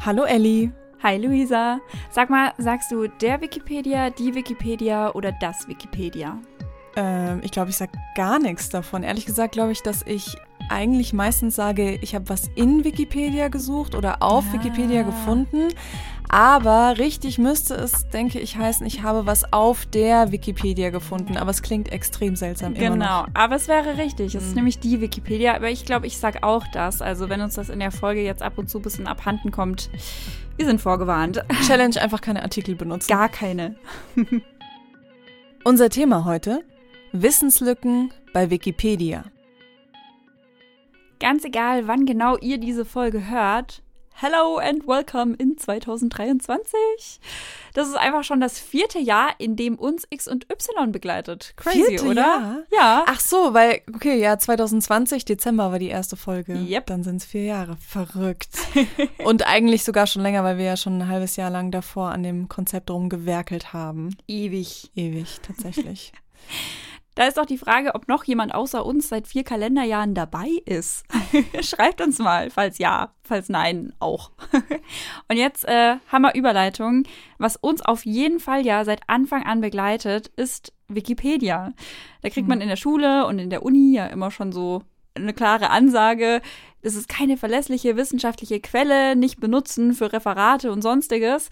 Hallo Elli. Hi Luisa. Sag mal, sagst du der Wikipedia, die Wikipedia oder das Wikipedia? Ich glaube, ich sage gar nichts davon. Ehrlich gesagt glaube ich, dass ich eigentlich meistens sage, ich habe was in Wikipedia gesucht oder auf Wikipedia gefunden. Aber richtig müsste es, denke ich, heißen, ich habe was auf der Wikipedia gefunden. Aber es klingt extrem seltsam immer noch. Genau, aber es wäre richtig. Es ist nämlich die Wikipedia. Aber ich glaube, ich sage auch das. Also wenn uns das in der Folge jetzt ab und zu ein bisschen abhanden kommt, wir sind vorgewarnt. Challenge, einfach keine Artikel benutzen. Gar keine. Unser Thema heute: Wissenslücken bei Wikipedia. Ganz egal, wann genau ihr diese Folge hört, hello and welcome in 2023. Das ist einfach schon das 4. Jahr, in dem uns X und Y begleitet. Crazy, 4. oder? Jahr? Ja. Ach so, weil, okay, ja, 2020, Dezember war die erste Folge. Yep. Dann sind es 4 Jahre. Verrückt. Und eigentlich sogar schon länger, weil wir ja schon ein halbes Jahr lang davor an dem Konzept rumgewerkelt haben. Ewig, tatsächlich. Da ist doch die Frage, ob noch jemand außer uns seit 4 Kalenderjahren dabei ist. Schreibt uns mal, falls ja, falls nein, auch. Und jetzt Hammer-Überleitung. Was uns auf jeden Fall ja seit Anfang an begleitet, ist Wikipedia. Da kriegt man in der Schule und in der Uni ja immer schon so eine klare Ansage. Es ist keine verlässliche wissenschaftliche Quelle, nicht benutzen für Referate und Sonstiges.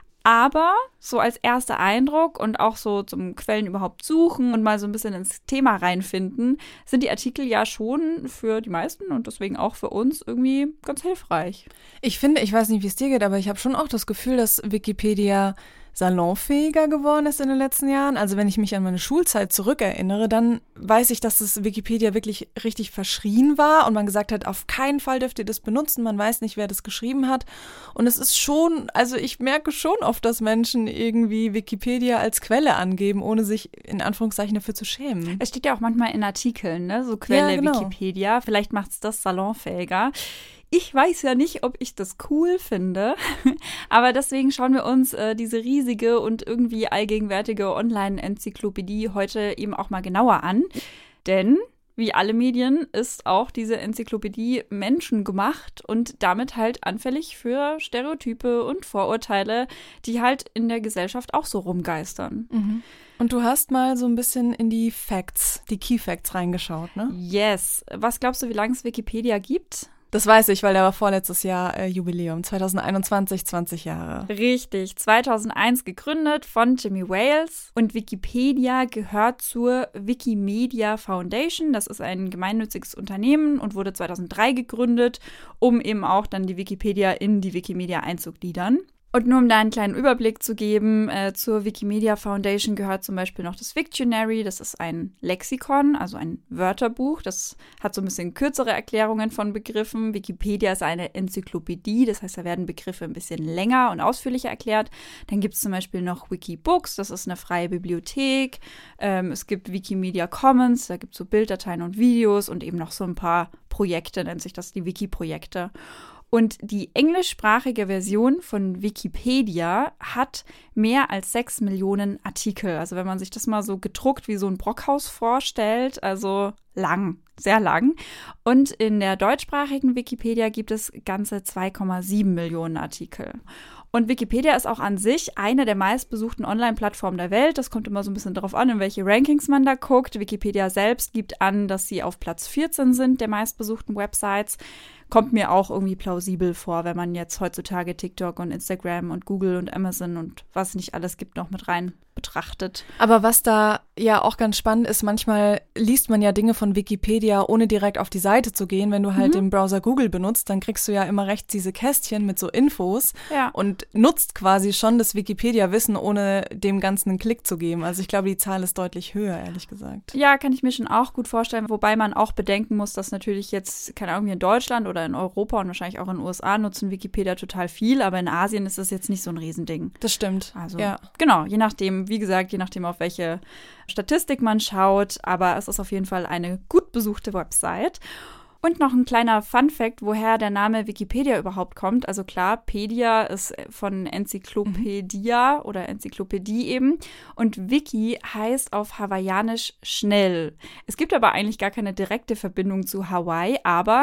Aber so als erster Eindruck und auch so zum Quellen überhaupt suchen und mal so ein bisschen ins Thema reinfinden, sind die Artikel ja schon für die meisten und deswegen auch für uns irgendwie ganz hilfreich. Ich finde, ich weiß nicht, wie es dir geht, aber ich habe schon auch das Gefühl, dass Wikipedia salonfähiger geworden ist in den letzten Jahren. Also wenn ich mich an meine Schulzeit zurückerinnere, dann weiß ich, dass das Wikipedia wirklich richtig verschrien war und man gesagt hat, auf keinen Fall dürft ihr das benutzen, man weiß nicht, wer das geschrieben hat. Und es ist schon, also ich merke schon oft, dass Menschen irgendwie Wikipedia als Quelle angeben, ohne sich in Anführungszeichen dafür zu schämen. Es steht ja auch manchmal in Artikeln, ne? So Quelle Ja, genau. Wikipedia. Vielleicht macht es das salonfähiger. Ich weiß ja nicht, ob ich das cool finde, aber deswegen schauen wir uns diese riesige und irgendwie allgegenwärtige Online-Enzyklopädie heute eben auch mal genauer an. Denn, wie alle Medien, ist auch diese Enzyklopädie menschengemacht und damit halt anfällig für Stereotype und Vorurteile, die halt in der Gesellschaft auch so rumgeistern. Mhm. Und du hast mal so ein bisschen in die Facts, die Key Facts reingeschaut, ne? Yes. Was glaubst du, wie lange es Wikipedia gibt? Das weiß ich, weil der war vorletztes Jahr Jubiläum, 2021, 20 Jahre. Richtig, 2001 gegründet von Jimmy Wales und Wikipedia gehört zur Wikimedia Foundation. Das ist ein gemeinnütziges Unternehmen und wurde 2003 gegründet, um eben auch dann die Wikipedia in die Wikimedia einzugliedern. Und nur um da einen kleinen Überblick zu geben, zur Wikimedia Foundation gehört zum Beispiel noch das Wiktionary. Das ist ein Lexikon, also ein Wörterbuch. Das hat so ein bisschen kürzere Erklärungen von Begriffen. Wikipedia ist eine Enzyklopädie, das heißt, da werden Begriffe ein bisschen länger und ausführlicher erklärt. Dann gibt es zum Beispiel noch Wikibooks, das ist eine freie Bibliothek. Es gibt Wikimedia Commons, da gibt es so Bilddateien und Videos und eben noch so ein paar Projekte, nennt sich das die Wiki-Projekte. Und die englischsprachige Version von Wikipedia hat mehr als 6 Millionen Artikel. Also wenn man sich das mal so gedruckt wie so ein Brockhaus vorstellt, also lang, sehr lang. Und in der deutschsprachigen Wikipedia gibt es ganze 2,7 Millionen Artikel. Und Wikipedia ist auch an sich eine der meistbesuchten Online-Plattformen der Welt. Das kommt immer so ein bisschen darauf an, in welche Rankings man da guckt. Wikipedia selbst gibt an, dass sie auf Platz 14 sind der meistbesuchten Websites. Kommt mir auch irgendwie plausibel vor, wenn man jetzt heutzutage TikTok und Instagram und Google und Amazon und was nicht alles gibt noch mit rein betrachtet. Aber was da ja auch ganz spannend ist, manchmal liest man ja Dinge von Wikipedia, ohne direkt auf die Seite zu gehen. Wenn du halt den Browser Google benutzt, dann kriegst du ja immer rechts diese Kästchen mit so Infos und nutzt quasi schon das Wikipedia-Wissen, ohne dem Ganzen einen Klick zu geben. Also ich glaube, die Zahl ist deutlich höher, ehrlich gesagt. Ja, kann ich mir schon auch gut vorstellen, wobei man auch bedenken muss, dass natürlich jetzt, keine Ahnung, hier in Deutschland oder in Europa und wahrscheinlich auch in den USA nutzen Wikipedia total viel, aber in Asien ist das jetzt nicht so ein Riesending. Das stimmt. Also ja. Genau, je nachdem, wie gesagt, je nachdem, auf welche Statistik man schaut, aber es ist auf jeden Fall eine gut besuchte Website. Und noch ein kleiner Fun-Fact, woher der Name Wikipedia überhaupt kommt. Also klar, Pedia ist von Enzyklopädia oder Enzyklopädie eben. Und Wiki heißt auf Hawaiianisch schnell. Es gibt aber eigentlich gar keine direkte Verbindung zu Hawaii, aber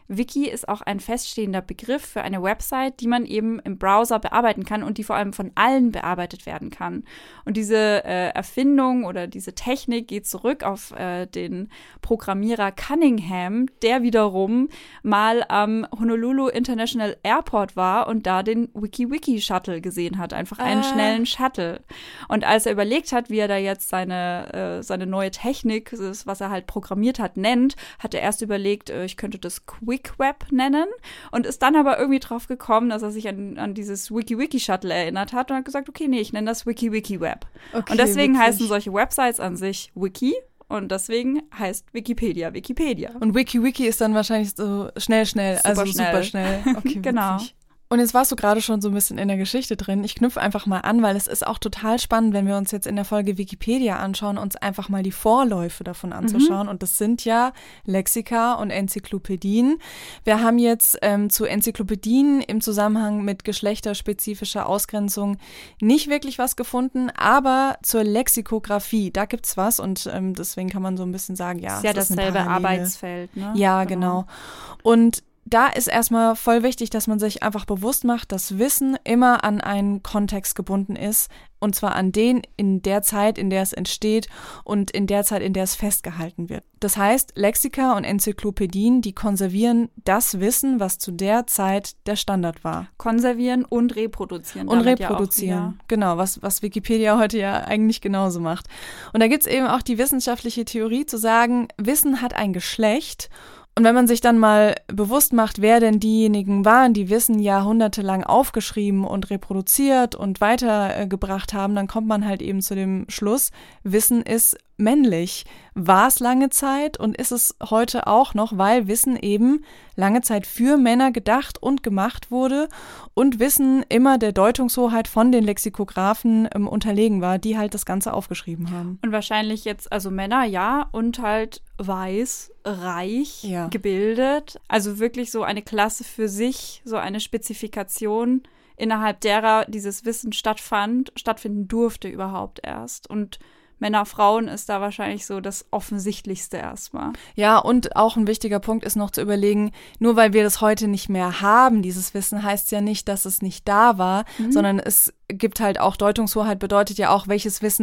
Wiki ist auch ein feststehender Begriff für eine Website, die man eben im Browser bearbeiten kann und die vor allem von allen bearbeitet werden kann. Und diese Erfindung oder diese Technik geht zurück auf den Programmierer Cunningham, der wiederum mal am Honolulu International Airport war und da den Wiki-Wiki-Shuttle gesehen hat, einfach einen schnellen Shuttle. Und als er überlegt hat, wie er da jetzt seine neue Technik, das, was er halt programmiert hat, nennt, hat er erst überlegt, ich könnte das Quick Web nennen und ist dann aber irgendwie drauf gekommen, dass er sich an dieses Wiki-Wiki-Shuttle erinnert hat und hat gesagt, okay, nee, ich nenne das Wiki-Wiki-Web. Okay, und deswegen heißen solche Websites an sich Wiki und deswegen heißt Wikipedia Wikipedia. Und Wiki ist dann wahrscheinlich so schnell, also super schnell. Okay, genau. Witzig. Und jetzt warst du gerade schon so ein bisschen in der Geschichte drin. Ich knüpfe einfach mal an, weil es ist auch total spannend, wenn wir uns jetzt in der Folge Wikipedia anschauen, uns einfach mal die Vorläufe davon anzuschauen. Und das sind ja Lexika und Enzyklopädien. Wir haben jetzt zu Enzyklopädien im Zusammenhang mit geschlechterspezifischer Ausgrenzung nicht wirklich was gefunden, aber zur Lexikographie, da gibt's was und deswegen kann man so ein bisschen sagen, ja, ist ja dasselbe Arbeitsfeld, ne? Ja, genau. Und da ist erstmal voll wichtig, dass man sich einfach bewusst macht, dass Wissen immer an einen Kontext gebunden ist. Und zwar an den in der Zeit, in der es entsteht und in der Zeit, in der es festgehalten wird. Das heißt, Lexika und Enzyklopädien, die konservieren das Wissen, was zu der Zeit der Standard war. Konservieren und reproduzieren. Und reproduzieren, ja, genau, was Wikipedia heute ja eigentlich genauso macht. Und da gibt's eben auch die wissenschaftliche Theorie zu sagen, Wissen hat ein Geschlecht. Und wenn man sich dann mal bewusst macht, wer denn diejenigen waren, die Wissen jahrhundertelang aufgeschrieben und reproduziert und weitergebracht haben, dann kommt man halt eben zu dem Schluss, Wissen ist männlich. War es lange Zeit und ist es heute auch noch, weil Wissen eben lange Zeit für Männer gedacht und gemacht wurde und Wissen immer der Deutungshoheit von den Lexikographen unterlegen war, die halt das Ganze aufgeschrieben haben. Und wahrscheinlich jetzt, also Männer, ja, und halt weiß, reich, ja, gebildet. Also wirklich so eine Klasse für sich, so eine Spezifikation, innerhalb derer dieses Wissen stattfinden durfte überhaupt erst. Und Männer, Frauen ist da wahrscheinlich so das Offensichtlichste erstmal. Ja, und auch ein wichtiger Punkt ist noch zu überlegen, nur weil wir das heute nicht mehr haben, dieses Wissen, heißt ja nicht, dass es nicht da war, sondern es gibt halt auch Deutungshoheit, bedeutet ja auch,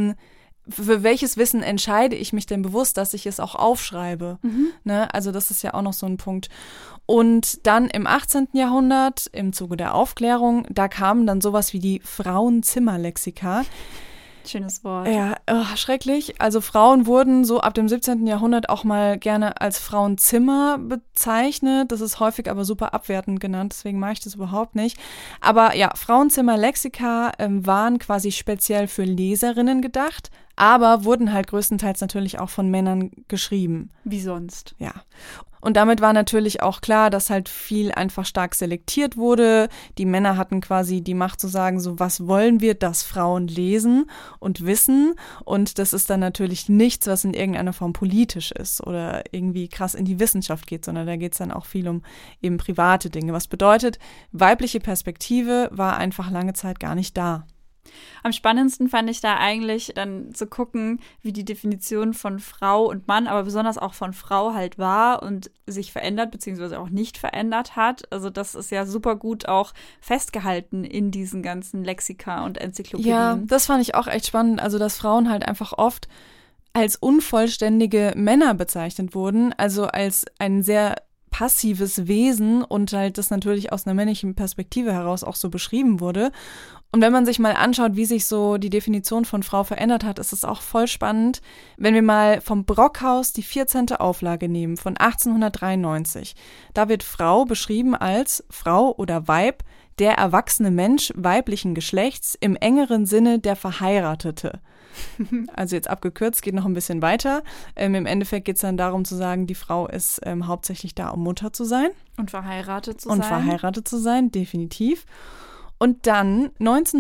für welches Wissen entscheide ich mich denn bewusst, dass ich es auch aufschreibe. Ne? Also das ist ja auch noch so ein Punkt. Und dann im 18. Jahrhundert, im Zuge der Aufklärung, da kamen dann sowas wie die Frauenzimmerlexika. Schönes Wort. Ja, schrecklich. Also Frauen wurden so ab dem 17. Jahrhundert auch mal gerne als Frauenzimmer bezeichnet. Das ist häufig aber super abwertend genannt, deswegen mache ich das überhaupt nicht. Aber ja, Frauenzimmer-Lexika waren quasi speziell für Leserinnen gedacht, aber wurden halt größtenteils natürlich auch von Männern geschrieben. Wie sonst. Ja. Und damit war natürlich auch klar, dass halt viel einfach stark selektiert wurde. Die Männer hatten quasi die Macht zu sagen, so was wollen wir, dass Frauen lesen und wissen. Und das ist dann natürlich nichts, was in irgendeiner Form politisch ist oder irgendwie krass in die Wissenschaft geht, sondern da geht es dann auch viel um eben private Dinge. Was bedeutet, weibliche Perspektive war einfach lange Zeit gar nicht da. Am spannendsten fand ich da eigentlich dann zu gucken, wie die Definition von Frau und Mann, aber besonders auch von Frau halt war und sich verändert beziehungsweise auch nicht verändert hat. Also das ist ja super gut auch festgehalten in diesen ganzen Lexika und Enzyklopädien. Ja, das fand ich auch echt spannend. Also dass Frauen halt einfach oft als unvollständige Männer bezeichnet wurden, also als ein sehr passives Wesen und halt das natürlich aus einer männlichen Perspektive heraus auch so beschrieben wurde. Und wenn man sich mal anschaut, wie sich so die Definition von Frau verändert hat, ist es auch voll spannend, wenn wir mal vom Brockhaus die 14. Auflage nehmen von 1893. Da wird Frau beschrieben als Frau oder Weib, der erwachsene Mensch weiblichen Geschlechts, im engeren Sinne der Verheiratete. Also jetzt abgekürzt, geht noch ein bisschen weiter. Im Endeffekt geht es dann darum zu sagen, die Frau ist hauptsächlich da, um Mutter zu sein. Und verheiratet zu sein, definitiv. Und dann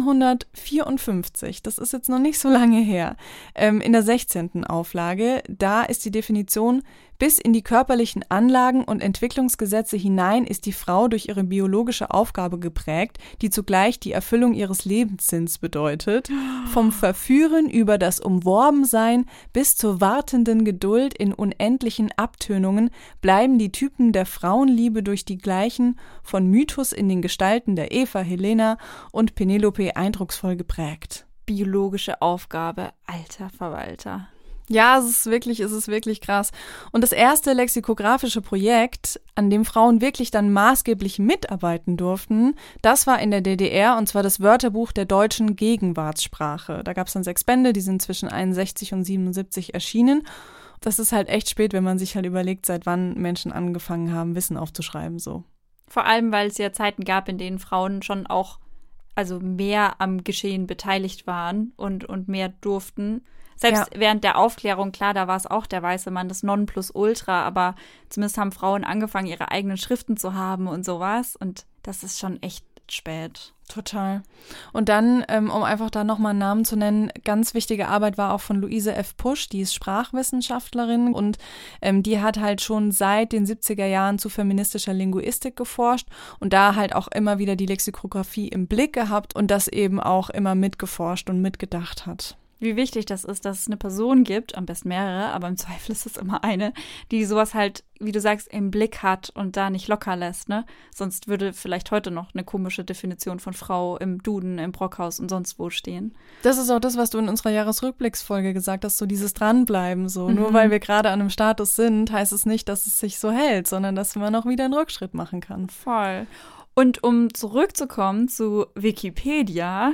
1954, das ist jetzt noch nicht so lange her, in der 16. Auflage, da ist die Definition Bis in die körperlichen Anlagen und Entwicklungsgesetze hinein ist die Frau durch ihre biologische Aufgabe geprägt, die zugleich die Erfüllung ihres Lebenssinns bedeutet. Vom Verführen über das Umworbensein bis zur wartenden Geduld in unendlichen Abtönungen bleiben die Typen der Frauenliebe durch die gleichen von Mythos in den Gestalten der Eva, Helena und Penelope eindrucksvoll geprägt. Biologische Aufgabe, alter Verwalter. Ja, es ist wirklich krass. Und das erste lexikografische Projekt, an dem Frauen wirklich dann maßgeblich mitarbeiten durften, das war in der DDR, und zwar das Wörterbuch der deutschen Gegenwartssprache. Da gab es dann 6 Bände, die sind zwischen 61 und 77 erschienen. Das ist halt echt spät, wenn man sich halt überlegt, seit wann Menschen angefangen haben, Wissen aufzuschreiben, so. Vor allem, weil es ja Zeiten gab, in denen Frauen schon auch mehr am Geschehen beteiligt waren und mehr durften. Selbst während der Aufklärung, klar, da war es auch der weiße Mann, das Nonplusultra, aber zumindest haben Frauen angefangen, ihre eigenen Schriften zu haben und sowas. Und das ist schon echt spät. Total. Und dann, um einfach da nochmal einen Namen zu nennen, ganz wichtige Arbeit war auch von Luise F. Pusch, die ist Sprachwissenschaftlerin und die hat halt schon seit den 70er Jahren zu feministischer Linguistik geforscht und da halt auch immer wieder die Lexikographie im Blick gehabt und das eben auch immer mitgeforscht und mitgedacht hat. Wie wichtig das ist, dass es eine Person gibt, am besten mehrere, aber im Zweifel ist es immer eine, die sowas halt, wie du sagst, im Blick hat und da nicht locker lässt, ne? Sonst würde vielleicht heute noch eine komische Definition von Frau im Duden, im Brockhaus und sonst wo stehen. Das ist auch das, was du in unserer Jahresrückblicksfolge gesagt hast, so dieses Dranbleiben so. Nur weil wir gerade an einem Status sind, heißt es nicht, dass es sich so hält, sondern dass man auch wieder einen Rückschritt machen kann. Voll. Und um zurückzukommen zu Wikipedia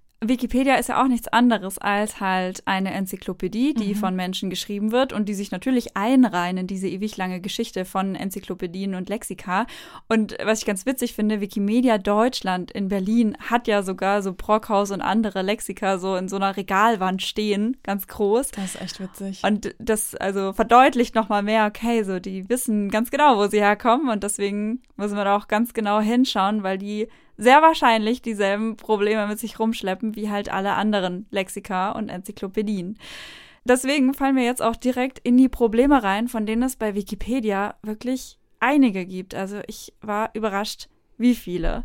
ist ja auch nichts anderes als halt eine Enzyklopädie, die von Menschen geschrieben wird und die sich natürlich einreihen in diese ewig lange Geschichte von Enzyklopädien und Lexika. Und was ich ganz witzig finde, Wikimedia Deutschland in Berlin hat ja sogar so Brockhaus und andere Lexika so in so einer Regalwand stehen, ganz groß. Das ist echt witzig. Und das also verdeutlicht nochmal mehr, okay, so die wissen ganz genau, wo sie herkommen und deswegen müssen wir da auch ganz genau hinschauen, weil die sehr wahrscheinlich dieselben Probleme mit sich rumschleppen wie halt alle anderen Lexika und Enzyklopädien. Deswegen fallen wir jetzt auch direkt in die Probleme rein, von denen es bei Wikipedia wirklich einige gibt. Also ich war überrascht, wie viele.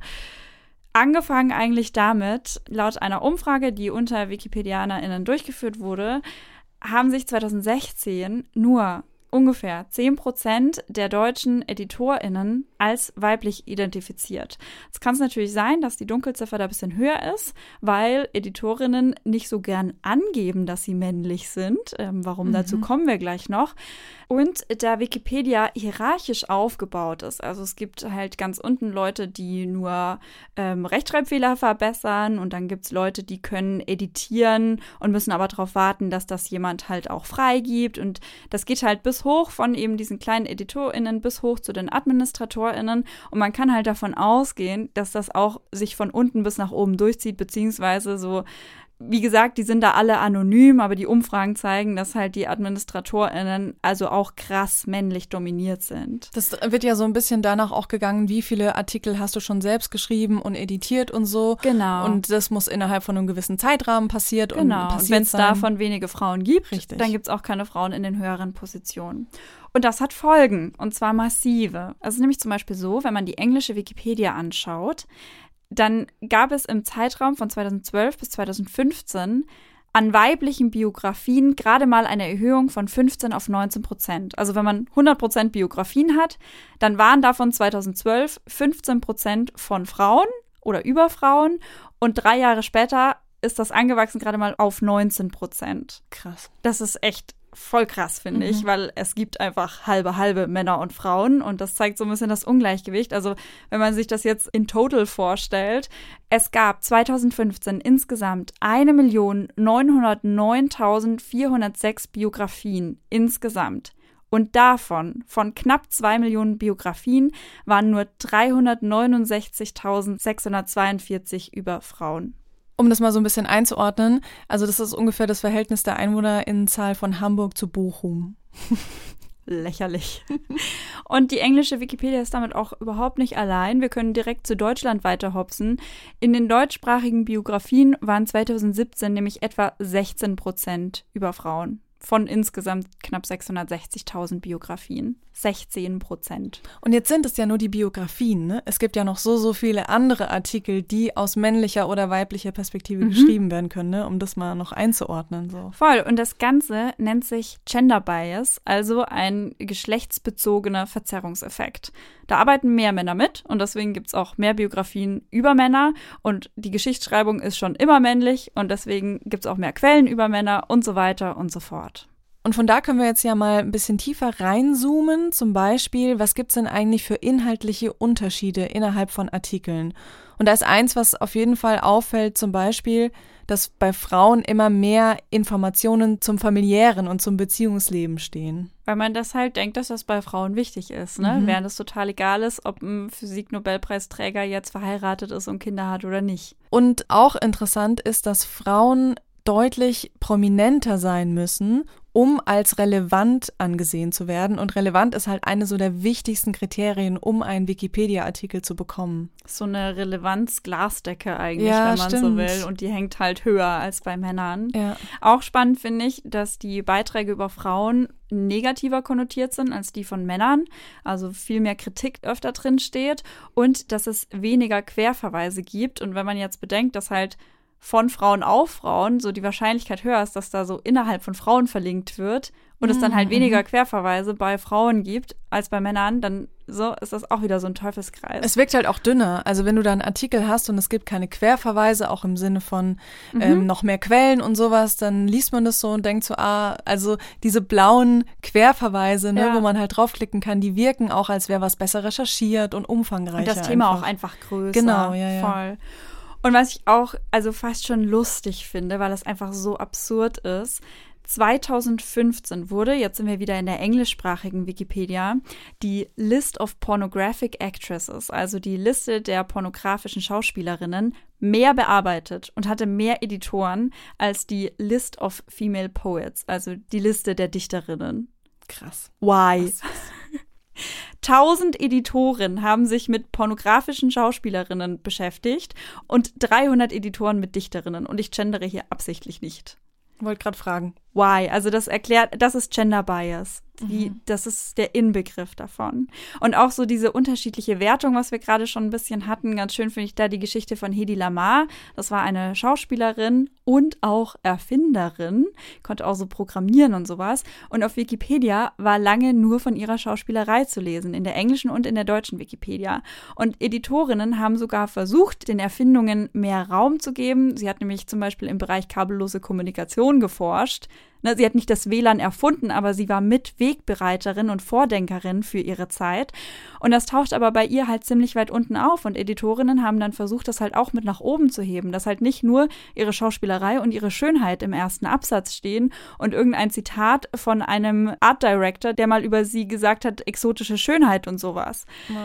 Angefangen eigentlich damit, laut einer Umfrage, die unter WikipedianerInnen durchgeführt wurde, haben sich 2016 nur ungefähr 10% der deutschen EditorInnen als weiblich identifiziert. Es kann natürlich sein, dass die Dunkelziffer da ein bisschen höher ist, weil Editorinnen nicht so gern angeben, dass sie männlich sind. Warum dazu kommen wir gleich noch. Und da Wikipedia hierarchisch aufgebaut ist. Also es gibt halt ganz unten Leute, die nur Rechtschreibfehler verbessern und dann gibt es Leute, die können editieren und müssen aber darauf warten, dass das jemand halt auch freigibt. Und das geht halt bis hoch von eben diesen kleinen EditorInnen bis hoch zu den AdministratorInnen. Und man kann halt davon ausgehen, dass das auch sich von unten bis nach oben durchzieht, beziehungsweise so, wie gesagt, die sind da alle anonym, aber die Umfragen zeigen, dass halt die AdministratorInnen also auch krass männlich dominiert sind. Das wird ja so ein bisschen danach auch gegangen, wie viele Artikel hast du schon selbst geschrieben und editiert und so. Genau. Und das muss innerhalb von einem gewissen Zeitrahmen passiert und genau. passiert Und wenn es davon wenige Frauen gibt, Richtig. Dann gibt es auch keine Frauen in den höheren Positionen. Und das hat Folgen, und zwar massive. Also nämlich zum Beispiel so, wenn man die englische Wikipedia anschaut, dann gab es im Zeitraum von 2012 bis 2015 an weiblichen Biografien gerade mal eine Erhöhung von 15 auf 19%. Also wenn man 100% Biografien hat, dann waren davon 2012 15% von Frauen oder über Frauen und 3 Jahre später ist das angewachsen gerade mal auf 19%. Krass. Das ist echt voll krass, finde ich, weil es gibt einfach halbe Männer und Frauen und das zeigt so ein bisschen das Ungleichgewicht. Also wenn man sich das jetzt in total vorstellt, es gab 2015 insgesamt 1.909.406 Biografien insgesamt. Und davon, von knapp 2 Millionen Biografien, waren nur 369.642 über Frauen. Um das mal so ein bisschen einzuordnen, also das ist ungefähr das Verhältnis der EinwohnerInnenzahl von Hamburg zu Bochum. Lächerlich. Und die englische Wikipedia ist damit auch überhaupt nicht allein. Wir können direkt zu Deutschland weiterhopsen. In den deutschsprachigen Biografien waren 2017 nämlich etwa 16% über Frauen. von insgesamt knapp 660.000 Biografien. 16%. Und jetzt sind es ja nur die Biografien, ne? Es gibt ja noch so viele andere Artikel, die aus männlicher oder weiblicher Perspektive geschrieben werden können, ne? Um das mal noch einzuordnen. So. Voll. Und das Ganze nennt sich Gender Bias, also ein geschlechtsbezogener Verzerrungseffekt. Da arbeiten mehr Männer mit und deswegen gibt es auch mehr Biografien über Männer und die Geschichtsschreibung ist schon immer männlich und deswegen gibt es auch mehr Quellen über Männer und so weiter und so fort. Und von da können wir jetzt ja mal ein bisschen tiefer reinzoomen. Zum Beispiel, was gibt es denn eigentlich für inhaltliche Unterschiede innerhalb von Artikeln? Und da ist eins, was auf jeden Fall auffällt, zum Beispiel, dass bei Frauen immer mehr Informationen zum familiären und zum Beziehungsleben stehen. Weil man das halt denkt, dass das bei Frauen wichtig ist, ne? Während es total egal ist, ob ein Physik-Nobelpreisträger jetzt verheiratet ist und Kinder hat oder nicht. Und auch interessant ist, dass Frauen deutlich prominenter sein müssen, um als relevant angesehen zu werden. Und relevant ist halt eine so der wichtigsten Kriterien, um einen Wikipedia-Artikel zu bekommen. So eine Relevanz-Glasdecke eigentlich, ja, wenn man so will. Und die hängt halt höher als bei Männern. Ja. Auch spannend finde ich, dass die Beiträge über Frauen negativer konnotiert sind als die von Männern. Also viel mehr Kritik öfter drin steht. Und dass es weniger Querverweise gibt. Und wenn man jetzt bedenkt, dass halt von Frauen auf Frauen so die Wahrscheinlichkeit höher ist, dass da so innerhalb von Frauen verlinkt wird und es dann halt weniger Querverweise bei Frauen gibt als bei Männern, dann so ist das auch wieder so ein Teufelskreis. Es wirkt halt auch dünner. Also wenn du da einen Artikel hast und es gibt keine Querverweise, auch im Sinne von noch mehr Quellen und sowas, dann liest man das so und denkt so, also diese blauen Querverweise, ne, wo man halt draufklicken kann, die wirken auch, als wäre was besser recherchiert und umfangreicher. Und das Thema auch einfach größer. Genau, ja. Voll. Und was ich auch also fast schon lustig finde, weil das einfach so absurd ist, 2015 wurde, jetzt sind wir wieder in der englischsprachigen Wikipedia, die List of Pornographic Actresses, also die Liste der pornografischen Schauspielerinnen, mehr bearbeitet und hatte mehr Editoren als die List of Female Poets, also die Liste der Dichterinnen. Krass. Why? 1000 Editoren haben sich mit pornografischen Schauspielerinnen beschäftigt und 300 Editoren mit Dichterinnen. Und ich gendere hier absichtlich nicht. Wollte gerade fragen. Why? Also das erklärt, das ist Gender Bias. Das ist der Inbegriff davon. Und auch so diese unterschiedliche Wertung, was wir gerade schon ein bisschen hatten, ganz schön finde ich da die Geschichte von Hedy Lamarr. Das war eine Schauspielerin und auch Erfinderin, konnte auch so programmieren und sowas. Und auf Wikipedia war lange nur von ihrer Schauspielerei zu lesen, in der englischen und in der deutschen Wikipedia. Und Editorinnen haben sogar versucht, den Erfindungen mehr Raum zu geben. Sie hat nämlich zum Beispiel im Bereich kabellose Kommunikation geforscht. Sie hat nicht das WLAN erfunden, aber sie war mit Wegbereiterin und Vordenkerin für ihre Zeit. Und das taucht aber bei ihr halt ziemlich weit unten auf. Und Editorinnen haben dann versucht, das halt auch mit nach oben zu heben. Dass halt nicht nur ihre Schauspielerei und ihre Schönheit im ersten Absatz stehen und irgendein Zitat von einem Art Director, der mal über sie gesagt hat, exotische Schönheit und sowas.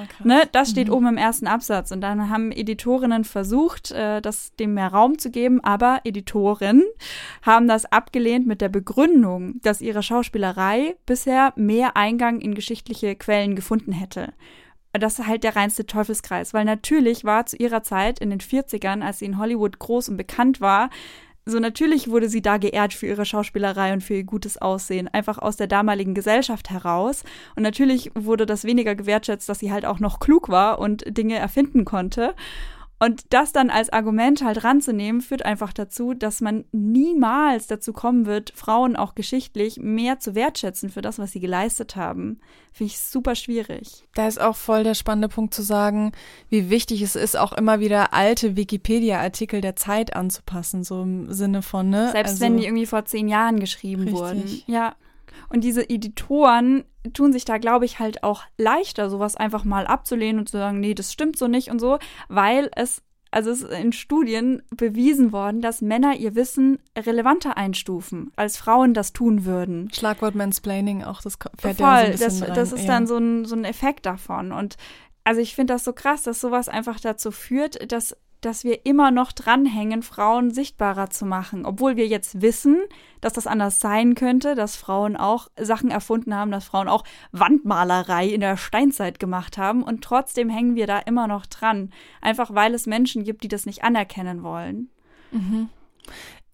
Das steht oben im ersten Absatz. Und dann haben Editorinnen versucht, dem mehr Raum zu geben. Aber Editoren haben das abgelehnt mit der Begründung, dass ihre Schauspielerei bisher mehr Eingang in geschichtliche Quellen gefunden hätte. Das ist halt der reinste Teufelskreis, weil natürlich war zu ihrer Zeit in den 40ern, als sie in Hollywood groß und bekannt war, so natürlich wurde sie da geehrt für ihre Schauspielerei und für ihr gutes Aussehen, einfach aus der damaligen Gesellschaft heraus. Und natürlich wurde das weniger gewertschätzt, dass sie halt auch noch klug war und Dinge erfinden konnte. Und das dann als Argument halt ranzunehmen, führt einfach dazu, dass man niemals dazu kommen wird, Frauen auch geschichtlich mehr zu wertschätzen für das, was sie geleistet haben. Finde ich super schwierig. Da ist auch voll der spannende Punkt zu sagen, wie wichtig es ist, auch immer wieder alte Wikipedia-Artikel der Zeit anzupassen, so im Sinne von, ne? Selbst wenn die irgendwie vor 10 Jahren geschrieben wurden. Ja. Und diese Editoren tun sich da, glaube ich, halt auch leichter, sowas einfach mal abzulehnen und zu sagen, nee, das stimmt so nicht und so, weil es ist in Studien bewiesen worden, dass Männer ihr Wissen relevanter einstufen, als Frauen das tun würden. Schlagwort Mansplaining auch, das fährt voll, ja so ein bisschen rein. Das ist dann so ein Effekt davon. Und also ich finde das so krass, dass sowas einfach dazu führt, dass wir immer noch dranhängen, Frauen sichtbarer zu machen. Obwohl wir jetzt wissen, dass das anders sein könnte, dass Frauen auch Sachen erfunden haben, dass Frauen auch Wandmalerei in der Steinzeit gemacht haben. Und trotzdem hängen wir da immer noch dran. Einfach weil es Menschen gibt, die das nicht anerkennen wollen. Mhm.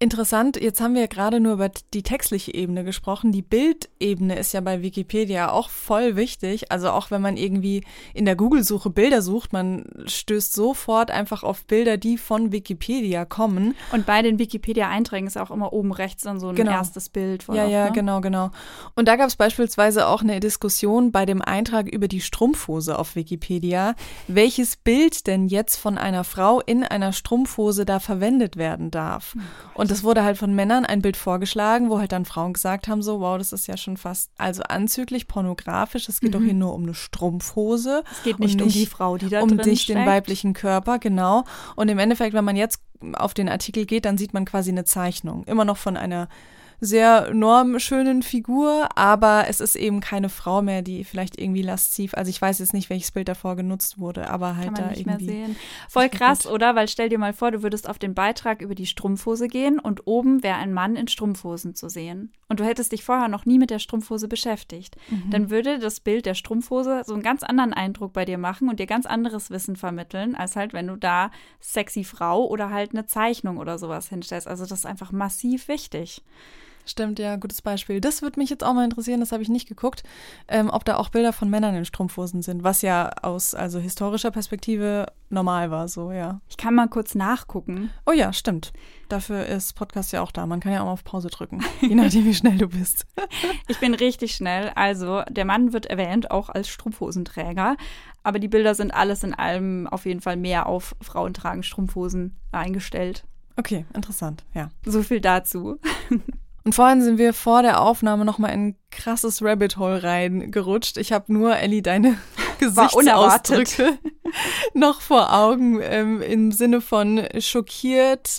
Interessant, jetzt haben wir gerade nur über die textliche Ebene gesprochen. Die Bildebene ist ja bei Wikipedia auch voll wichtig. Also auch wenn man irgendwie in der Google-Suche Bilder sucht, man stößt sofort einfach auf Bilder, die von Wikipedia kommen. Und bei den Wikipedia-Einträgen ist auch immer oben rechts dann so ein erstes Bild. Ja, genau. Und da gab es beispielsweise auch eine Diskussion bei dem Eintrag über die Strumpfhose auf Wikipedia, welches Bild denn jetzt von einer Frau in einer Strumpfhose da verwendet werden darf. Und es wurde halt von Männern ein Bild vorgeschlagen, wo halt dann Frauen gesagt haben, so, wow, das ist ja schon fast anzüglich, pornografisch. Es geht doch hier nur um eine Strumpfhose. Es geht nicht um die Frau, die da drin steckt. Um dich, den weiblichen Körper, genau. Und im Endeffekt, wenn man jetzt auf den Artikel geht, dann sieht man quasi eine Zeichnung. Immer noch von einer sehr normschönen Figur, aber es ist eben keine Frau mehr, die vielleicht irgendwie lasziv, also ich weiß jetzt nicht, welches Bild davor genutzt wurde, aber halt kann man da nicht irgendwie. Mehr sehen. Voll krass, oder? Weil stell dir mal vor, du würdest auf den Beitrag über die Strumpfhose gehen und oben wäre ein Mann in Strumpfhosen zu sehen. Und du hättest dich vorher noch nie mit der Strumpfhose beschäftigt. Dann würde das Bild der Strumpfhose so einen ganz anderen Eindruck bei dir machen und dir ganz anderes Wissen vermitteln, als halt, wenn du da sexy Frau oder halt eine Zeichnung oder sowas hinstellst. Also das ist einfach massiv wichtig. Stimmt, ja, gutes Beispiel. Das würde mich jetzt auch mal interessieren, das habe ich nicht geguckt, ob da auch Bilder von Männern in Strumpfhosen sind, was ja aus historischer Perspektive normal war, so, ja. Ich kann mal kurz nachgucken. Oh ja, stimmt. Dafür ist Podcast ja auch da. Man kann ja auch mal auf Pause drücken, je nachdem, wie schnell du bist. Ich bin richtig schnell. Also, der Mann wird erwähnt, auch als Strumpfhosenträger. Aber die Bilder sind alles in allem auf jeden Fall mehr auf Frauen tragen Strumpfhosen eingestellt. Okay, interessant, ja. So viel dazu. Und vorhin sind wir vor der Aufnahme noch mal in ein krasses Rabbit Hole reingerutscht. Ich habe nur, Elli, deine Gesichtsausdrücke noch vor Augen im Sinne von schockiert,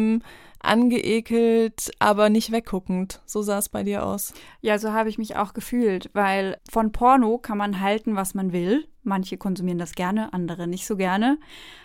angeekelt, aber nicht wegguckend. So sah es bei dir aus. Ja, so habe ich mich auch gefühlt, weil von Porno kann man halten, was man will. Manche konsumieren das gerne, andere nicht so gerne.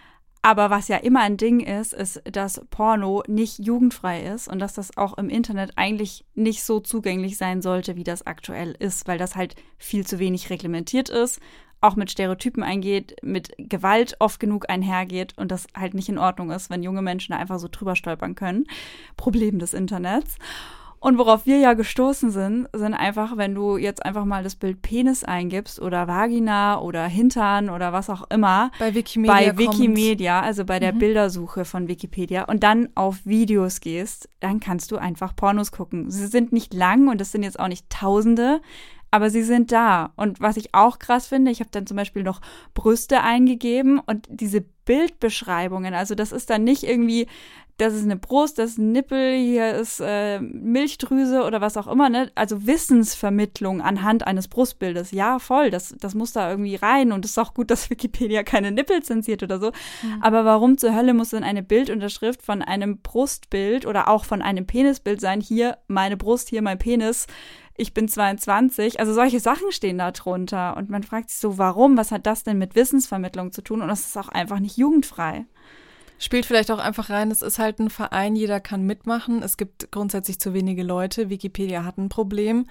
Aber was ja immer ein Ding ist, dass Porno nicht jugendfrei ist und dass das auch im Internet eigentlich nicht so zugänglich sein sollte, wie das aktuell ist, weil das halt viel zu wenig reglementiert ist, auch mit Stereotypen eingeht, mit Gewalt oft genug einhergeht und das halt nicht in Ordnung ist, wenn junge Menschen da einfach so drüber stolpern können. Problem des Internets. Und worauf wir ja gestoßen sind einfach, wenn du jetzt einfach mal das Bild Penis eingibst oder Vagina oder Hintern oder was auch immer. Bei Wikimedia, also bei der Bildersuche von Wikipedia und dann auf Videos gehst, dann kannst du einfach Pornos gucken. Sie sind nicht lang und es sind jetzt auch nicht Tausende, aber sie sind da. Und was ich auch krass finde, ich habe dann zum Beispiel noch Brüste eingegeben und diese Bildbeschreibungen, also das ist dann nicht irgendwie, das ist eine Brust, das ist ein Nippel, hier ist Milchdrüse oder was auch immer, ne? Also Wissensvermittlung anhand eines Brustbildes. Ja, voll, das muss da irgendwie rein und es ist auch gut, dass Wikipedia keine Nippel zensiert oder so. Aber warum zur Hölle muss denn eine Bildunterschrift von einem Brustbild oder auch von einem Penisbild sein? Hier meine Brust, hier mein Penis. Ich bin 22, also solche Sachen stehen da drunter und man fragt sich so, warum, was hat das denn mit Wissensvermittlung zu tun und das ist auch einfach nicht jugendfrei. Spielt vielleicht auch einfach rein, es ist halt ein Verein, jeder kann mitmachen, es gibt grundsätzlich zu wenige Leute, Wikipedia hat ein Problem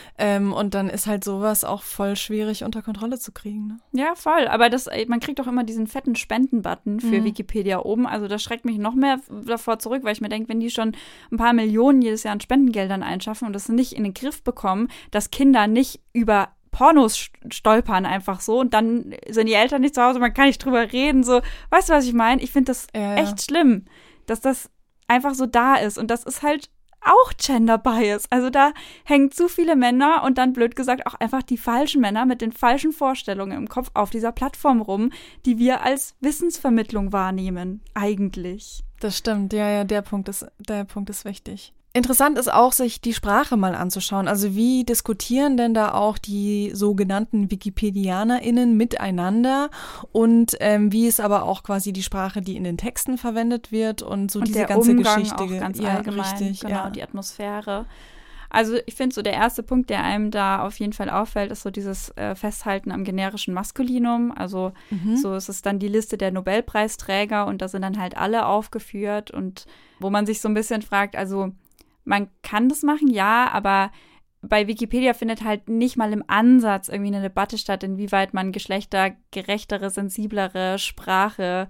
und dann ist halt sowas auch voll schwierig unter Kontrolle zu kriegen. Ne? Ja, voll, aber man kriegt doch immer diesen fetten Spenden-Button für Wikipedia oben, also das schreckt mich noch mehr davor zurück, weil ich mir denke, wenn die schon ein paar Millionen jedes Jahr an Spendengeldern einschaffen und das nicht in den Griff bekommen, dass Kinder nicht über Pornos stolpern einfach so und dann sind die Eltern nicht zu Hause, man kann nicht drüber reden, so, weißt du, was ich meine? Ich finde das echt schlimm, dass das einfach so da ist und das ist halt auch Gender Bias, also da hängen zu viele Männer und dann blöd gesagt auch einfach die falschen Männer mit den falschen Vorstellungen im Kopf auf dieser Plattform rum, die wir als Wissensvermittlung wahrnehmen, eigentlich. Das stimmt, ja, der Punkt ist wichtig. Interessant ist auch, sich die Sprache mal anzuschauen. Also wie diskutieren denn da auch die sogenannten WikipedianerInnen miteinander und wie ist aber auch quasi die Sprache, die in den Texten verwendet wird und so und diese ganze Umgang Geschichte. Auch ganz allgemein, richtig, genau, die Atmosphäre. Also ich finde so der erste Punkt, der einem da auf jeden Fall auffällt, ist so dieses Festhalten am generischen Maskulinum. Also so ist es dann die Liste der Nobelpreisträger und da sind dann halt alle aufgeführt und wo man sich so ein bisschen fragt, also man kann das machen, ja, aber bei Wikipedia findet halt nicht mal im Ansatz irgendwie eine Debatte statt, inwieweit man geschlechtergerechtere, sensiblere Sprache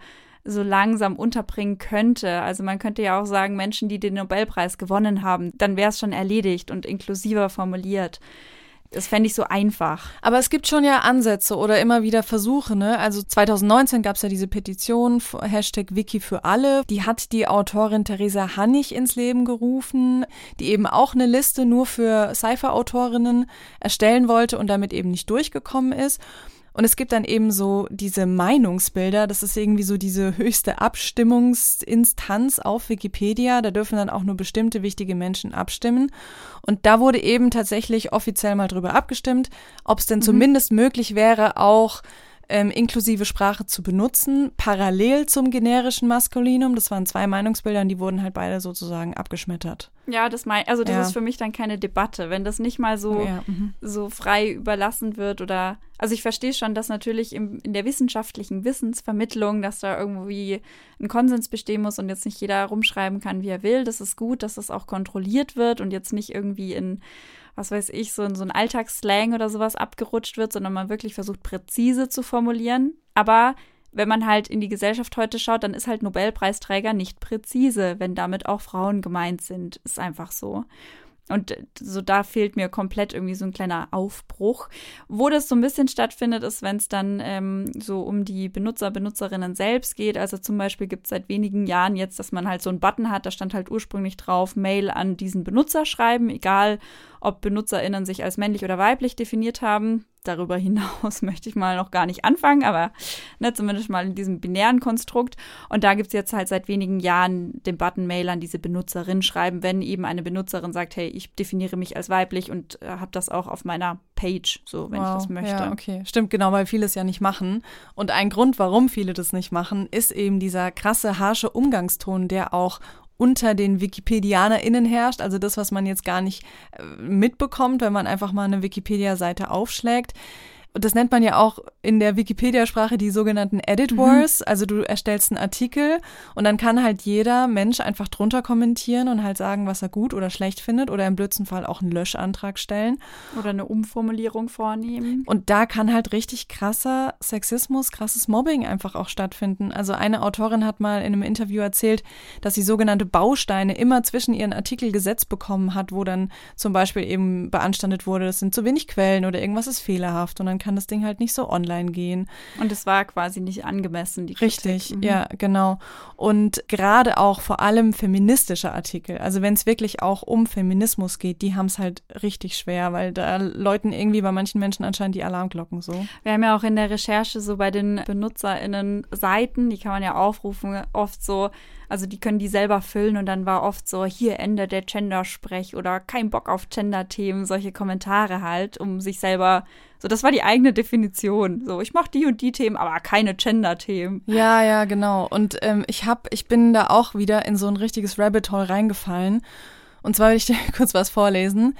so langsam unterbringen könnte. Also man könnte ja auch sagen, Menschen, die den Nobelpreis gewonnen haben, dann wäre es schon erledigt und inklusiver formuliert. Das fände ich so einfach. Aber es gibt schon ja Ansätze oder immer wieder Versuche, ne? Also 2019 gab es ja diese Petition, #Wiki für alle. Die hat die Autorin Theresa Hannig ins Leben gerufen, die eben auch eine Liste nur für Sci-Fi-Autorinnen erstellen wollte und damit eben nicht durchgekommen ist. Und es gibt dann eben so diese Meinungsbilder, das ist irgendwie so diese höchste Abstimmungsinstanz auf Wikipedia, da dürfen dann auch nur bestimmte wichtige Menschen abstimmen. Und da wurde eben tatsächlich offiziell mal drüber abgestimmt, ob es denn zumindest möglich wäre, auch inklusive Sprache zu benutzen, parallel zum generischen Maskulinum. Das waren 2 Meinungsbilder und die wurden halt beide sozusagen abgeschmettert. Ja, das ist für mich dann keine Debatte, wenn das nicht mal so, so frei überlassen wird oder, also ich verstehe schon, dass natürlich in der wissenschaftlichen Wissensvermittlung, dass da irgendwie ein Konsens bestehen muss und jetzt nicht jeder rumschreiben kann, wie er will. Das ist gut, dass das auch kontrolliert wird und jetzt nicht irgendwie in, was weiß ich, so in so ein Alltagsslang oder sowas abgerutscht wird, sondern man wirklich versucht, präzise zu formulieren. Aber wenn man halt in die Gesellschaft heute schaut, dann ist halt Nobelpreisträger nicht präzise, wenn damit auch Frauen gemeint sind. Ist einfach so. Und so da fehlt mir komplett irgendwie so ein kleiner Aufbruch. Wo das so ein bisschen stattfindet, ist, wenn es dann so um die Benutzerinnen selbst geht. Also zum Beispiel gibt es seit wenigen Jahren jetzt, dass man halt so einen Button hat, da stand halt ursprünglich drauf, Mail an diesen Benutzer schreiben, egal ob BenutzerInnen sich als männlich oder weiblich definiert haben. Darüber hinaus möchte ich mal noch gar nicht anfangen, aber zumindest mal in diesem binären Konstrukt. Und da gibt es jetzt halt seit wenigen Jahren den Button Mail an diese Benutzerin schreiben, wenn eben eine Benutzerin sagt, hey, ich definiere mich als weiblich und habe das auch auf meiner Page, so wenn ich das möchte. Ja, okay. Stimmt, genau, weil viele es ja nicht machen. Und ein Grund, warum viele das nicht machen, ist eben dieser krasse, harsche Umgangston, der auch unter den WikipedianerInnen herrscht, also das, was man jetzt gar nicht mitbekommt, wenn man einfach mal eine Wikipedia-Seite aufschlägt. Und das nennt man ja auch in der Wikipedia-Sprache die sogenannten Editors. Also du erstellst einen Artikel und dann kann halt jeder Mensch einfach drunter kommentieren und halt sagen, was er gut oder schlecht findet oder im blödsten Fall auch einen Löschantrag stellen. Oder eine Umformulierung vornehmen. Und da kann halt richtig krasser Sexismus, krasses Mobbing einfach auch stattfinden. Also eine Autorin hat mal in einem Interview erzählt, dass sie sogenannte Bausteine immer zwischen ihren Artikel gesetzt bekommen hat, wo dann zum Beispiel eben beanstandet wurde, das sind zu wenig Quellen oder irgendwas ist fehlerhaft und dann kann das Ding halt nicht so online gehen. Und es war quasi nicht angemessen, die Kritik. Richtig, Mhm. Ja, genau. Und gerade auch vor allem feministische Artikel, also wenn es wirklich auch um Feminismus geht, die haben es halt richtig schwer, weil da läuten irgendwie bei manchen Menschen anscheinend die Alarmglocken so. Wir haben ja auch in der Recherche so bei den BenutzerInnen Seiten, die kann man ja aufrufen, oft so, also die können die selber füllen und dann war oft so, hier Ende der Gendersprech oder kein Bock auf Gender-Themen, solche Kommentare halt, um sich selber, so das war die eigene Definition, so ich mache die und die Themen, aber keine Gender-Themen. Ja, genau. Und ich bin da auch wieder in so ein richtiges Rabbit Hole reingefallen. Und zwar will ich dir kurz was vorlesen.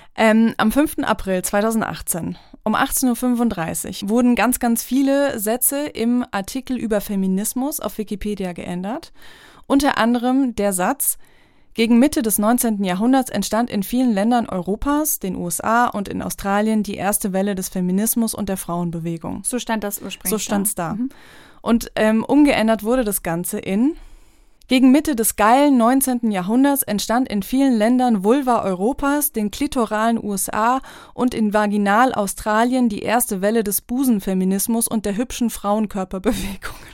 Am 5. April 2018 um 18:35 Uhr wurden ganz, ganz viele Sätze im Artikel über Feminismus auf Wikipedia geändert. Unter anderem der Satz: Gegen Mitte des 19. Jahrhunderts entstand in vielen Ländern Europas, den USA und in Australien die erste Welle des Feminismus und der Frauenbewegung. So stand das ursprünglich. So stand's da. Und umgeändert wurde das Ganze in: Gegen Mitte des geilen 19. Jahrhunderts entstand in vielen Ländern Vulva Europas, den klitoralen USA und in Vaginal Australien die erste Welle des Busenfeminismus und der hübschen Frauenkörperbewegungen.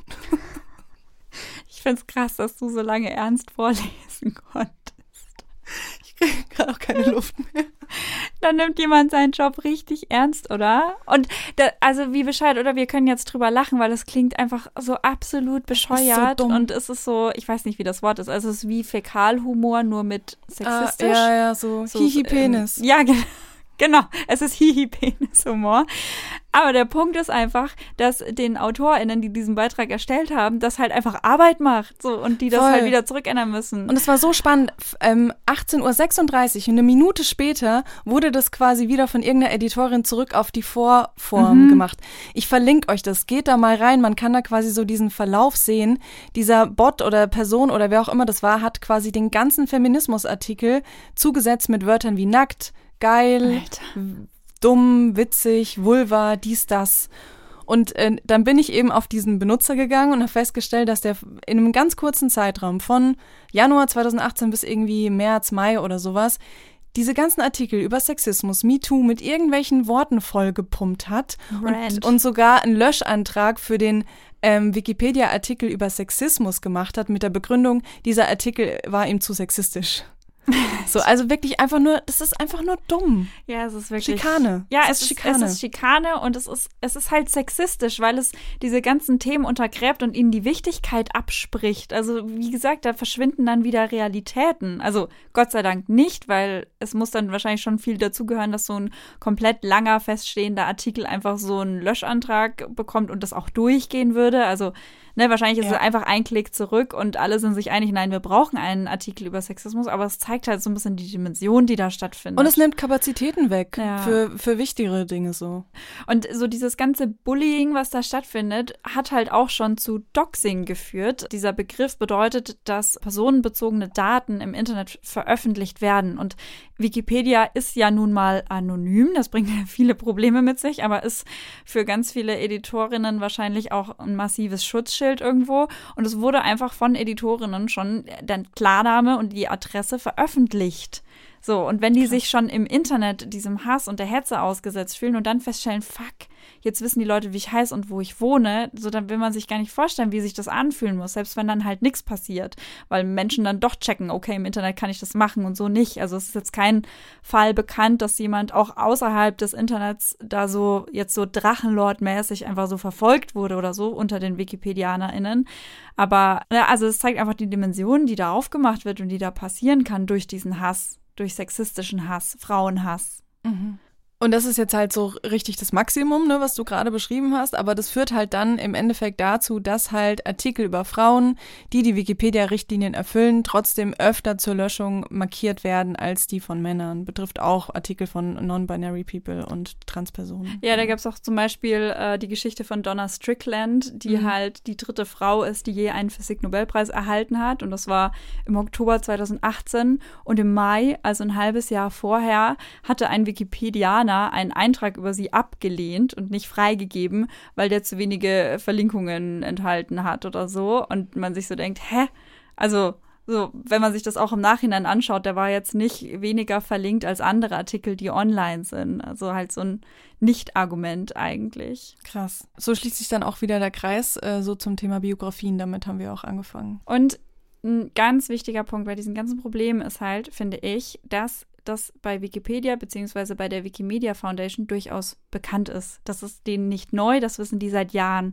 Ich find's krass, dass du so lange ernst vorlesen konntest. Ich kriege gerade auch keine Luft mehr. Dann nimmt jemand seinen Job richtig ernst, oder? Und also wie bescheuert, oder? Wir können jetzt drüber lachen, weil es klingt einfach so absolut bescheuert. So dumm. Und es ist so, ich weiß nicht, wie das Wort ist. Also es ist wie Fäkalhumor, nur mit sexistisch. Ja, so Hihi-Penis. Ja, genau. Es ist Hihi-Penis-Humor. Aber der Punkt ist einfach, dass den AutorInnen, die diesen Beitrag erstellt haben, das halt einfach Arbeit macht. So, und die das Voll. halt wieder zurückändern müssen. Und es war so spannend. 18:36 Uhr und eine Minute später wurde das quasi wieder von irgendeiner Editorin zurück auf die Vorform gemacht. Ich verlinke euch das. Geht da mal rein. Man kann da quasi so diesen Verlauf sehen. Dieser Bot oder Person oder wer auch immer das war, hat quasi den ganzen Feminismusartikel zugesetzt mit Wörtern wie nackt, geil, Alter. dumm, witzig, Vulva, dies, das. Und dann bin ich eben auf diesen Benutzer gegangen und habe festgestellt, dass der in einem ganz kurzen Zeitraum von Januar 2018 bis irgendwie März, Mai oder sowas diese ganzen Artikel über Sexismus, MeToo mit irgendwelchen Worten vollgepumpt hat und sogar einen Löschantrag für den Wikipedia-Artikel über Sexismus gemacht hat mit der Begründung, dieser Artikel war ihm zu sexistisch. So, also wirklich einfach nur, das ist einfach nur dumm. Ja, es ist wirklich Schikane. Ja, es ist Schikane und es ist halt sexistisch, weil es diese ganzen Themen untergräbt und ihnen die Wichtigkeit abspricht. Also, wie gesagt, da verschwinden dann wieder Realitäten. Also, Gott sei Dank nicht, weil es muss dann wahrscheinlich schon viel dazugehören, dass so ein komplett langer, feststehender Artikel einfach so einen Löschantrag bekommt und das auch durchgehen würde. Also, wahrscheinlich ist es einfach ein Klick zurück und alle sind sich einig, nein, wir brauchen einen Artikel über Sexismus, aber es zeigt halt so ein bisschen die Dimension, die da stattfindet. Und es nimmt Kapazitäten weg für wichtigere Dinge so. Und so dieses ganze Bullying, was da stattfindet, hat halt auch schon zu Doxing geführt. Dieser Begriff bedeutet, dass personenbezogene Daten im Internet veröffentlicht werden. Und Wikipedia ist ja nun mal anonym, das bringt ja viele Probleme mit sich, aber ist für ganz viele Editorinnen wahrscheinlich auch ein massives Schutzschild irgendwo. Und es wurde einfach von Editorinnen schon der Klarname und die Adresse veröffentlicht. So, und wenn die sich schon im Internet diesem Hass und der Hetze ausgesetzt fühlen und dann feststellen, fuck, jetzt wissen die Leute, wie ich heiße und wo ich wohne, so dann will man sich gar nicht vorstellen, wie sich das anfühlen muss, selbst wenn dann halt nichts passiert, weil Menschen dann doch checken, okay, im Internet kann ich das machen und so nicht. Also es ist jetzt kein Fall bekannt, dass jemand auch außerhalb des Internets da so jetzt so Drachenlord-mäßig einfach so verfolgt wurde oder so unter den WikipedianerInnen. Aber also es zeigt einfach die Dimension, die da aufgemacht wird und die da passieren kann durch diesen Hass, durch sexistischen Hass, Frauenhass. Mhm. Und das ist jetzt halt so richtig das Maximum, ne, was du gerade beschrieben hast, aber das führt halt dann im Endeffekt dazu, dass halt Artikel über Frauen, die die Wikipedia-Richtlinien erfüllen, trotzdem öfter zur Löschung markiert werden als die von Männern. Betrifft auch Artikel von Non-Binary People und Transpersonen. Ja, da gab es auch zum Beispiel die Geschichte von Donna Strickland, die halt die dritte Frau ist, die je einen Physik-Nobelpreis erhalten hat. Und das war im Oktober 2018. Und im Mai, also ein halbes Jahr vorher, hatte ein Wikipedianer einen Eintrag über sie abgelehnt und nicht freigegeben, weil der zu wenige Verlinkungen enthalten hat oder so. Und man sich so denkt, also so, wenn man sich das auch im Nachhinein anschaut, der war jetzt nicht weniger verlinkt als andere Artikel, die online sind. Also halt so ein Nicht-Argument eigentlich. Krass. So schließt sich dann auch wieder der Kreis so zum Thema Biografien. Damit haben wir auch angefangen. Und ein ganz wichtiger Punkt bei diesen ganzen Problemen ist halt, finde ich, dass das bei Wikipedia bzw. bei der Wikimedia Foundation durchaus bekannt ist. Das ist denen nicht neu, das wissen die seit Jahren.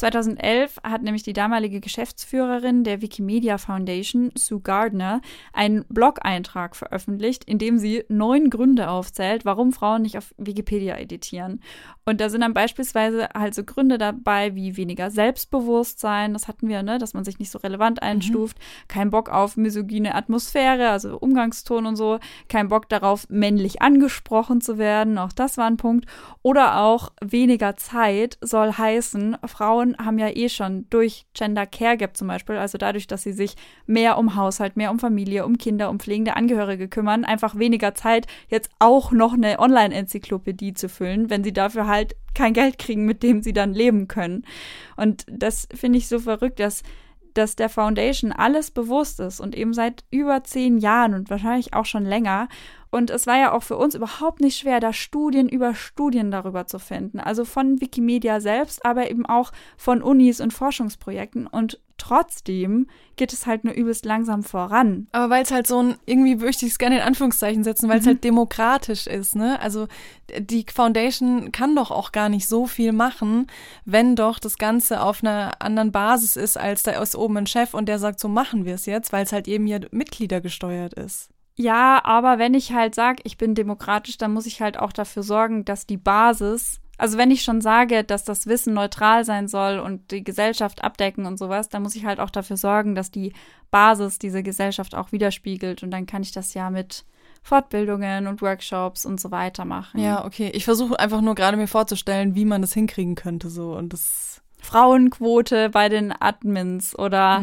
2011 hat nämlich die damalige Geschäftsführerin der Wikimedia Foundation, Sue Gardner, einen Blog-Eintrag veröffentlicht, in dem sie 9 Gründe aufzählt, warum Frauen nicht auf Wikipedia editieren. Und da sind dann beispielsweise halt so Gründe dabei wie weniger Selbstbewusstsein, das hatten wir, ne, dass man sich nicht so relevant einstuft, kein Bock auf misogyne Atmosphäre, also Umgangston und so, kein Bock darauf, männlich angesprochen zu werden, auch das war ein Punkt. Oder auch weniger Zeit soll heißen, Frauen haben ja eh schon durch Gender Care Gap zum Beispiel, also dadurch, dass sie sich mehr um Haushalt, mehr um Familie, um Kinder, um pflegende Angehörige kümmern, einfach weniger Zeit, jetzt auch noch eine Online-Enzyklopädie zu füllen, wenn sie dafür halt kein Geld kriegen, mit dem sie dann leben können. Und das finde ich so verrückt, dass der Foundation alles bewusst ist und eben seit über 10 Jahren und wahrscheinlich auch schon länger. Und es war ja auch für uns überhaupt nicht schwer, da Studien über Studien darüber zu finden. Also von Wikimedia selbst, aber eben auch von Unis und Forschungsprojekten. Und trotzdem geht es halt nur übelst langsam voran. Aber weil es halt so ein, irgendwie würde ich es gerne in Anführungszeichen setzen, weil es halt demokratisch ist, ne? Also die Foundation kann doch auch gar nicht so viel machen, wenn doch das Ganze auf einer anderen Basis ist, als da ist oben ein Chef und der sagt, so machen wir es jetzt, weil es halt eben hier mitgliedergesteuert ist. Ja, aber wenn ich halt sage, ich bin demokratisch, dann muss ich halt auch dafür sorgen, dass die Basis, also wenn ich schon sage, dass das Wissen neutral sein soll und die Gesellschaft abdecken und sowas, dann muss ich halt auch dafür sorgen, dass die Basis diese Gesellschaft auch widerspiegelt. Und dann kann ich das ja mit Fortbildungen und Workshops und so weiter machen. Ja, okay. Ich versuche einfach nur gerade mir vorzustellen, wie man das hinkriegen könnte so und das Frauenquote bei den Admins oder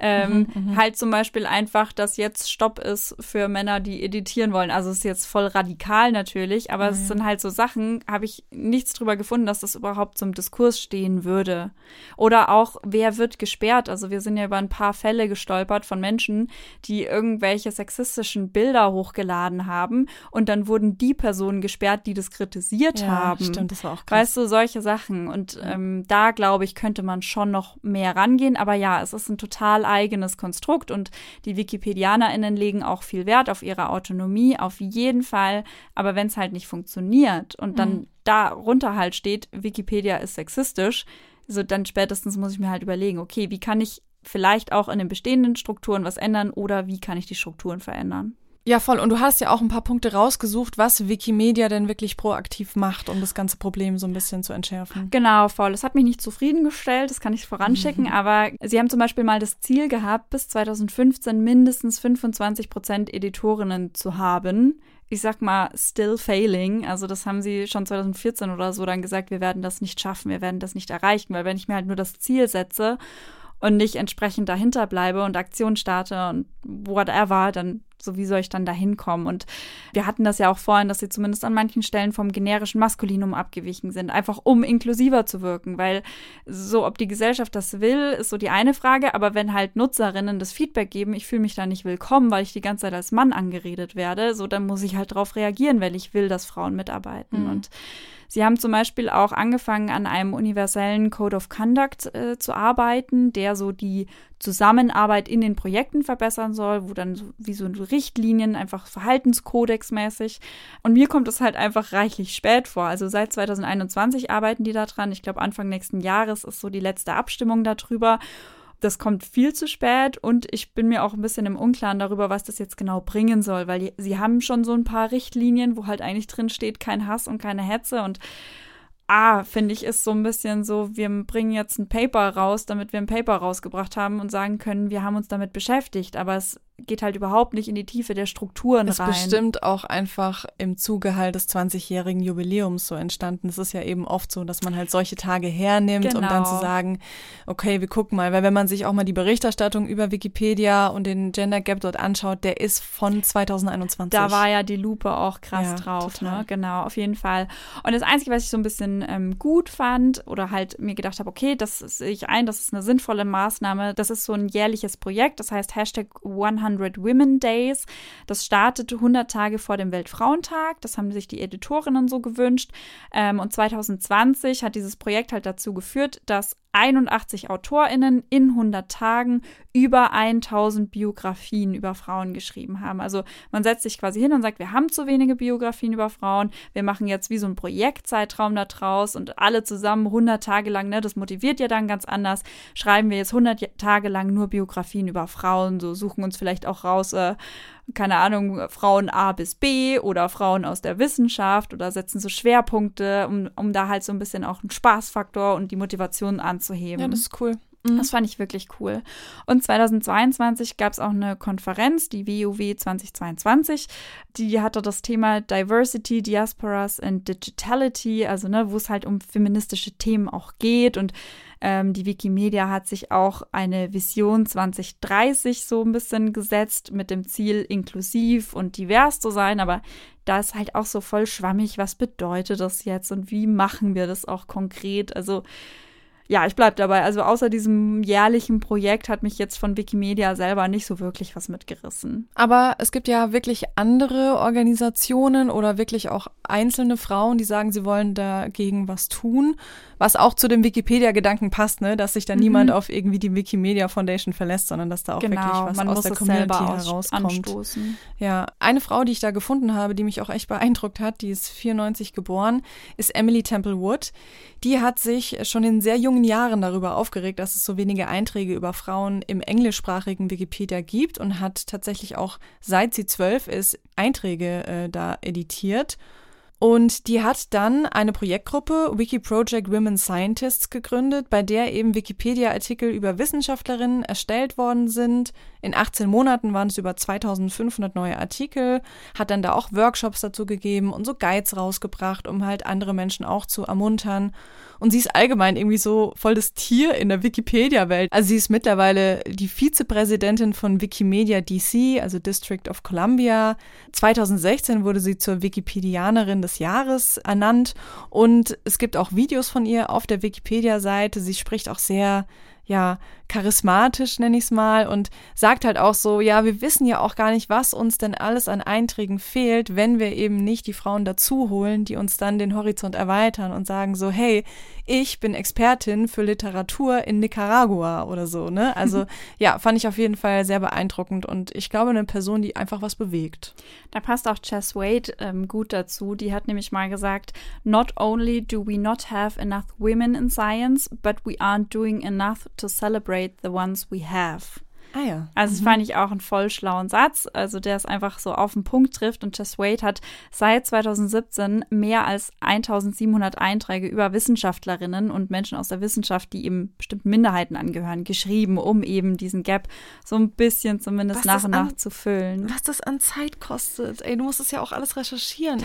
halt zum Beispiel einfach, dass jetzt Stopp ist für Männer, die editieren wollen. Also es ist jetzt voll radikal natürlich, aber es sind halt so Sachen, habe ich nichts drüber gefunden, dass das überhaupt zum Diskurs stehen würde. Oder auch, wer wird gesperrt? Also wir sind ja über ein paar Fälle gestolpert von Menschen, die irgendwelche sexistischen Bilder hochgeladen haben und dann wurden die Personen gesperrt, die das kritisiert haben. Stimmt, das war auch krass. Weißt du, solche Sachen. Und da, glaube ich, könnte man schon noch mehr rangehen. Aber ja, es ist ein total eigenes Konstrukt und die WikipedianerInnen legen auch viel Wert auf ihre Autonomie, auf jeden Fall. Aber wenn es halt nicht funktioniert und dann darunter halt steht, Wikipedia ist sexistisch, so dann spätestens muss ich mir halt überlegen, okay, wie kann ich vielleicht auch in den bestehenden Strukturen was ändern oder wie kann ich die Strukturen verändern? Ja, voll. Und du hast ja auch ein paar Punkte rausgesucht, was Wikimedia denn wirklich proaktiv macht, um das ganze Problem so ein bisschen zu entschärfen. Genau, voll. Das hat mich nicht zufriedengestellt, das kann ich voranschicken, aber sie haben zum Beispiel mal das Ziel gehabt, bis 2015 mindestens 25% Editorinnen zu haben. Ich sag mal, still failing. Also das haben sie schon 2014 oder so dann gesagt, wir werden das nicht schaffen, wir werden das nicht erreichen, weil wenn ich mir halt nur das Ziel setze und nicht entsprechend dahinter bleibe und Aktion starte und whatever, dann so wie soll ich dann da hinkommen? Und wir hatten das ja auch vorhin, dass sie zumindest an manchen Stellen vom generischen Maskulinum abgewichen sind, einfach um inklusiver zu wirken, weil so, ob die Gesellschaft das will, ist so die eine Frage, aber wenn halt Nutzerinnen das Feedback geben, ich fühle mich da nicht willkommen, weil ich die ganze Zeit als Mann angeredet werde, so, dann muss ich halt drauf reagieren, weil ich will, dass Frauen mitarbeiten. Und sie haben zum Beispiel auch angefangen, an einem universellen Code of Conduct zu arbeiten, der so die Zusammenarbeit in den Projekten verbessern soll, wo dann so, wie so Richtlinien, einfach verhaltenskodex-mäßig. Und mir kommt es halt einfach reichlich spät vor. Also seit 2021 arbeiten die da dran. Ich glaube, Anfang nächsten Jahres ist so die letzte Abstimmung darüber. Das kommt viel zu spät und ich bin mir auch ein bisschen im Unklaren darüber, was das jetzt genau bringen soll, weil sie haben schon so ein paar Richtlinien, wo halt eigentlich drin steht, kein Hass und keine Hetze und finde ich, ist so ein bisschen so, wir bringen jetzt ein Paper raus, damit wir ein Paper rausgebracht haben und sagen können, wir haben uns damit beschäftigt, aber es geht halt überhaupt nicht in die Tiefe der Strukturen rein. Ist bestimmt auch einfach im Zuge halt des 20-jährigen Jubiläums so entstanden. Es ist ja eben oft so, dass man halt solche Tage hernimmt, um dann zu sagen, okay, wir gucken mal. Weil wenn man sich auch mal die Berichterstattung über Wikipedia und den Gender Gap dort anschaut, der ist von 2021. Da war ja die Lupe auch krass drauf, total. Ne? Genau, auf jeden Fall. Und das Einzige, was ich so ein bisschen gut fand oder halt mir gedacht habe, okay, das sehe ich ein, das ist eine sinnvolle Maßnahme. Das ist so ein jährliches Projekt, das heißt #100 Women Days. Das startete 100 Tage vor dem Weltfrauentag. Das haben sich die Editorinnen so gewünscht. Und 2020 hat dieses Projekt halt dazu geführt, dass 81 AutorInnen in 100 Tagen über 1000 Biografien über Frauen geschrieben haben. Also man setzt sich quasi hin und sagt, wir haben zu wenige Biografien über Frauen, wir machen jetzt wie so einen Projektzeitraum da draus und alle zusammen 100 Tage lang, ne, das motiviert ja dann ganz anders, schreiben wir jetzt 100 Tage lang nur Biografien über Frauen, so suchen uns vielleicht auch raus, keine Ahnung, Frauen A bis B oder Frauen aus der Wissenschaft oder setzen so Schwerpunkte, um da halt so ein bisschen auch einen Spaßfaktor und die Motivation anzuheben. Ja, das ist cool. Das fand ich wirklich cool. Und 2022 gab es auch eine Konferenz, die WOW 2022. Die hatte das Thema Diversity, Diasporas and Digitality, also ne, wo es halt um feministische Themen auch geht. Und die Wikimedia hat sich auch eine Vision 2030 so ein bisschen gesetzt mit dem Ziel, inklusiv und divers zu sein. Aber da ist halt auch so voll schwammig, was bedeutet das jetzt und wie machen wir das auch konkret? Also ja, ich bleib dabei. Also außer diesem jährlichen Projekt hat mich jetzt von Wikimedia selber nicht so wirklich was mitgerissen. Aber es gibt ja wirklich andere Organisationen oder wirklich auch einzelne Frauen, die sagen, sie wollen dagegen was tun, was auch zu dem Wikipedia-Gedanken passt, ne, dass sich da niemand auf irgendwie die Wikimedia Foundation verlässt, sondern dass da auch wirklich was aus der Community herauskommt. Anstoßen. Ja, eine Frau, die ich da gefunden habe, die mich auch echt beeindruckt hat, die ist 94 geboren, ist Emily Temple Wood. Die hat sich schon in sehr jungen Jahren darüber aufgeregt, dass es so wenige Einträge über Frauen im englischsprachigen Wikipedia gibt und hat tatsächlich auch, seit sie 12 ist, Einträge da editiert. Und die hat dann eine Projektgruppe Wikiproject Women Scientists gegründet, bei der eben Wikipedia-Artikel über Wissenschaftlerinnen erstellt worden sind, In 18 Monaten waren es über 2500 neue Artikel, hat dann da auch Workshops dazu gegeben und so Guides rausgebracht, um halt andere Menschen auch zu ermuntern. Und sie ist allgemein irgendwie so voll das Tier in der Wikipedia-Welt. Also sie ist mittlerweile die Vizepräsidentin von Wikimedia DC, also District of Columbia. 2016 wurde sie zur Wikipedianerin des Jahres ernannt und es gibt auch Videos von ihr auf der Wikipedia-Seite. Sie spricht auch sehr, charismatisch, nenne ich es mal, und sagt halt auch so, wir wissen ja auch gar nicht, was uns denn alles an Einträgen fehlt, wenn wir eben nicht die Frauen dazu holen, die uns dann den Horizont erweitern und sagen so, hey, ich bin Expertin für Literatur in Nicaragua oder so, ne? Also fand ich auf jeden Fall sehr beeindruckend und ich glaube, eine Person, die einfach was bewegt. Da passt auch Chess Wade gut dazu. Die hat nämlich mal gesagt, not only do we not have enough women in science, but we aren't doing enough to celebrate the ones we have. Ah ja. Also das fand ich auch einen voll schlauen Satz, also der es einfach so auf den Punkt trifft. Und Chess Wade hat seit 2017 mehr als 1700 Einträge über Wissenschaftlerinnen und Menschen aus der Wissenschaft, die eben bestimmten Minderheiten angehören, geschrieben, um eben diesen Gap so ein bisschen zumindest nach und nach zu füllen. Was das an Zeit kostet. Ey, du musst es ja auch alles recherchieren.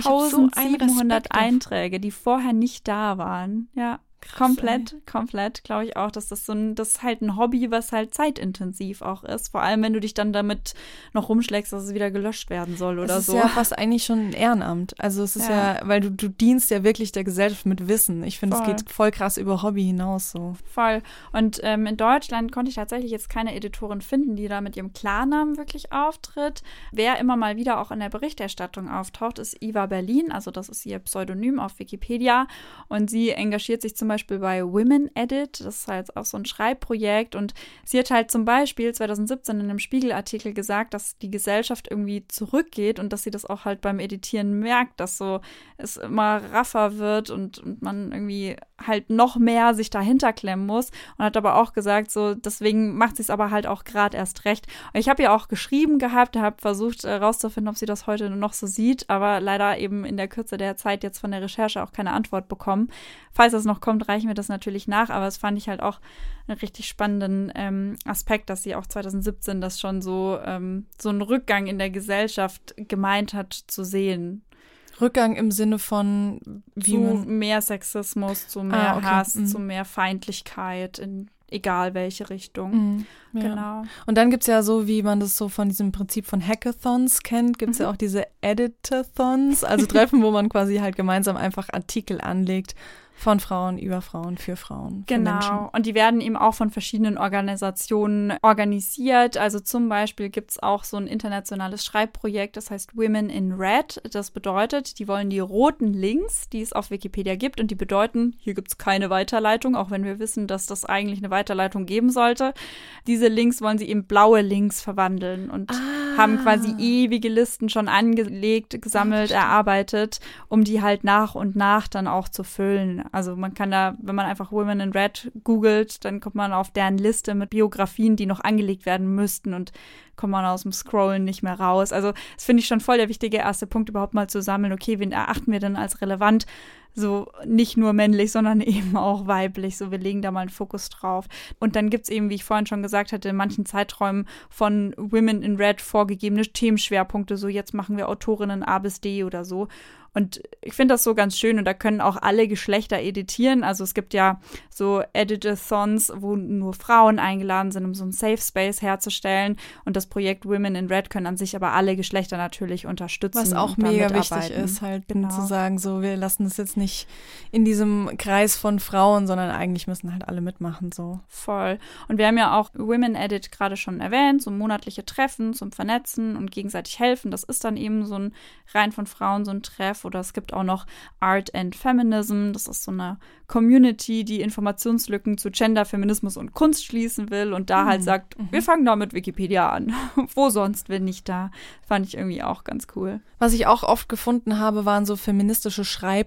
1700 Einträge, die vorher nicht da waren. Ja. Krass, komplett, glaube ich auch, dass das das ist halt ein Hobby, was halt zeitintensiv auch ist. Vor allem, wenn du dich dann damit noch rumschlägst, dass es wieder gelöscht werden soll oder so. Das ist ja fast eigentlich schon ein Ehrenamt. Also es ist weil du dienst ja wirklich der Gesellschaft mit Wissen. Ich finde, es geht voll krass über Hobby hinaus so. Voll. Und in Deutschland konnte ich tatsächlich jetzt keine Editorin finden, die da mit ihrem Klarnamen wirklich auftritt. Wer immer mal wieder auch in der Berichterstattung auftaucht, ist Iva Berlin. Also das ist ihr Pseudonym auf Wikipedia. Und sie engagiert sich zum Beispiel bei Women Edit, das ist halt auch so ein Schreibprojekt und sie hat halt zum Beispiel 2017 in einem Spiegel-Artikel gesagt, dass die Gesellschaft irgendwie zurückgeht und dass sie das auch halt beim Editieren merkt, dass so es immer raffer wird und man irgendwie halt noch mehr sich dahinter klemmen muss und hat aber auch gesagt, so deswegen macht sie es aber halt auch gerade erst recht. Und ich habe ja auch geschrieben gehabt, habe versucht rauszufinden, ob sie das heute noch so sieht, aber leider eben in der Kürze der Zeit jetzt von der Recherche auch keine Antwort bekommen. Falls das noch kommt, reichen wir das natürlich nach, aber es fand ich halt auch einen richtig spannenden Aspekt, dass sie auch 2017 das schon so einen Rückgang in der Gesellschaft gemeint hat zu sehen. Rückgang im Sinne von zu mehr Sexismus, zu mehr Hass, zu mehr Feindlichkeit in egal welche Richtung. Genau. Und dann gibt es ja so, wie man das so von diesem Prinzip von Hackathons kennt, gibt es ja auch diese Editathons, also Treffen, wo man quasi halt gemeinsam einfach Artikel anlegt. Von Frauen, über Frauen, für Frauen. Für Menschen. Und die werden eben auch von verschiedenen Organisationen organisiert. Also zum Beispiel gibt es auch so ein internationales Schreibprojekt, das heißt Women in Red. Das bedeutet, die wollen die roten Links, die es auf Wikipedia gibt, und die bedeuten, hier gibt es keine Weiterleitung, auch wenn wir wissen, dass das eigentlich eine Weiterleitung geben sollte. Diese Links wollen sie in blaue Links verwandeln und haben quasi ewige Listen schon angelegt, gesammelt, erarbeitet, um die halt nach und nach dann auch zu füllen. Also man kann da, wenn man einfach Women in Red googelt, dann kommt man auf deren Liste mit Biografien, die noch angelegt werden müssten und kommt man aus dem Scrollen nicht mehr raus. Also das finde ich schon voll der wichtige erste Punkt, überhaupt mal zu sammeln, okay, wen erachten wir denn als relevant? So nicht nur männlich, sondern eben auch weiblich. So, wir legen da mal einen Fokus drauf. Und dann gibt es eben, wie ich vorhin schon gesagt hatte, in manchen Zeiträumen von Women in Red vorgegebene Themenschwerpunkte. So, jetzt machen wir Autorinnen A bis D oder so. Und ich finde das so ganz schön und da können auch alle Geschlechter editieren. Also es gibt ja so Editathons, wo nur Frauen eingeladen sind, um so einen Safe Space herzustellen. Und das Projekt Women in Red können an sich aber alle Geschlechter natürlich unterstützen. Was auch mega wichtig ist, halt zu sagen, so wir lassen es jetzt nicht in diesem Kreis von Frauen, sondern eigentlich müssen halt alle mitmachen. So. Voll. Und wir haben ja auch Women Edit gerade schon erwähnt, so monatliche Treffen zum Vernetzen und gegenseitig helfen. Das ist dann eben so ein rein von Frauen so ein Treff. Oder es gibt auch noch Art and Feminism. Das ist so eine Community, die Informationslücken zu Gender, Feminismus und Kunst schließen will und da halt sagt, wir fangen da mit Wikipedia an. Wo sonst, wenn nicht da? Fand ich irgendwie auch ganz cool. Was ich auch oft gefunden habe, waren so feministische Schreib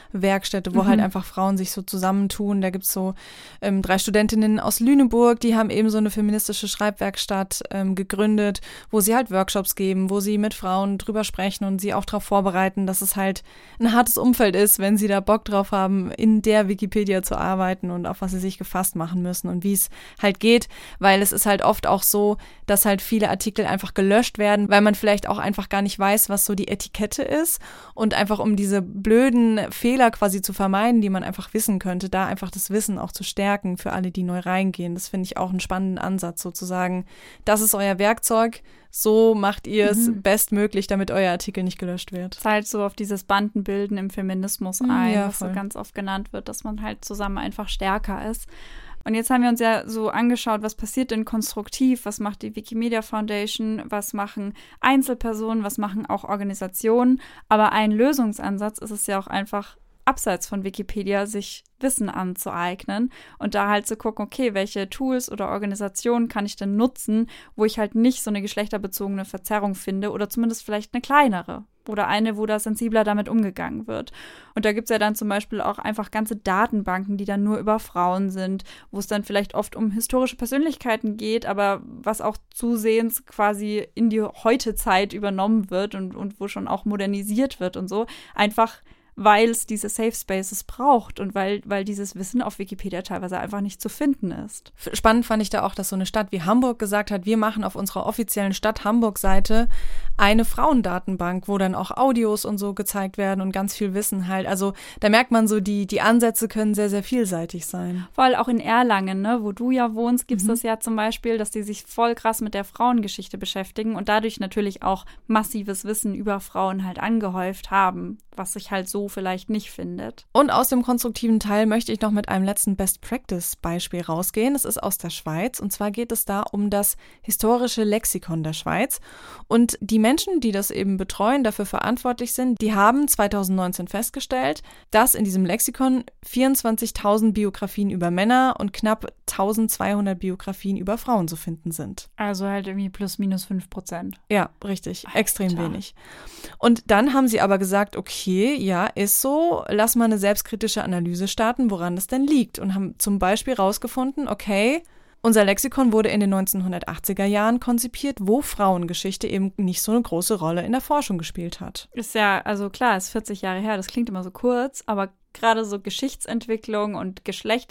Werkstätte, wo halt einfach Frauen sich so zusammentun. Da gibt's so 3 Studentinnen aus Lüneburg, die haben eben so eine feministische Schreibwerkstatt gegründet, wo sie halt Workshops geben, wo sie mit Frauen drüber sprechen und sie auch darauf vorbereiten, dass es halt ein hartes Umfeld ist, wenn sie da Bock drauf haben, in der Wikipedia zu arbeiten und auf was sie sich gefasst machen müssen und wie es halt geht, weil es ist halt oft auch so, dass halt viele Artikel einfach gelöscht werden, weil man vielleicht auch einfach gar nicht weiß, was so die Etikette ist und einfach um diese blöden Fehler quasi zu vermeiden, die man einfach wissen könnte, da einfach das Wissen auch zu stärken für alle, die neu reingehen. Das finde ich auch einen spannenden Ansatz, sozusagen. Das ist euer Werkzeug, so macht ihr es bestmöglich, damit euer Artikel nicht gelöscht wird. Zahlt so auf dieses Bandenbilden im Feminismus ein, ja, was so ganz oft genannt wird, dass man halt zusammen einfach stärker ist. Und jetzt haben wir uns ja so angeschaut, was passiert denn konstruktiv, was macht die Wikimedia Foundation, was machen Einzelpersonen, was machen auch Organisationen. Aber ein Lösungsansatz ist es ja auch einfach, abseits von Wikipedia sich Wissen anzueignen und da halt zu gucken, okay, welche Tools oder Organisationen kann ich denn nutzen, wo ich halt nicht so eine geschlechterbezogene Verzerrung finde oder zumindest vielleicht eine kleinere oder eine, wo da sensibler damit umgegangen wird. Und da gibt es ja dann zum Beispiel auch einfach ganze Datenbanken, die dann nur über Frauen sind, wo es dann vielleicht oft um historische Persönlichkeiten geht, aber was auch zusehends quasi in die Heutezeit übernommen wird und wo schon auch modernisiert wird und so. Einfach weil es diese Safe Spaces braucht und weil dieses Wissen auf Wikipedia teilweise einfach nicht zu finden ist. Spannend fand ich da auch, dass so eine Stadt wie Hamburg gesagt hat, wir machen auf unserer offiziellen Stadt Hamburg-Seite eine Frauendatenbank, wo dann auch Audios und so gezeigt werden und ganz viel Wissen halt. Also da merkt man so, die Ansätze können sehr, sehr vielseitig sein. Vor allem auch in Erlangen, ne, wo du ja wohnst, gibt es das ja zum Beispiel, dass die sich voll krass mit der Frauengeschichte beschäftigen und dadurch natürlich auch massives Wissen über Frauen halt angehäuft haben, was sich halt so vielleicht nicht findet. Und aus dem konstruktiven Teil möchte ich noch mit einem letzten Best-Practice-Beispiel rausgehen. Das ist aus der Schweiz und zwar geht es da um das historische Lexikon der Schweiz. Und die Menschen, die das eben betreuen, dafür verantwortlich sind, die haben 2019 festgestellt, dass in diesem Lexikon 24.000 Biografien über Männer und knapp 1.200 Biografien über Frauen zu finden sind. Also halt irgendwie plus minus 5%. Ja, richtig. Alter. Extrem wenig. Und dann haben sie aber gesagt, okay, ja, ist so, lass mal eine selbstkritische Analyse starten, woran das denn liegt. Und haben zum Beispiel rausgefunden, okay, unser Lexikon wurde in den 1980er Jahren konzipiert, wo Frauengeschichte eben nicht so eine große Rolle in der Forschung gespielt hat. Ist ja, also klar, ist 40 Jahre her, das klingt immer so kurz, aber gerade so Geschichtsentwicklung und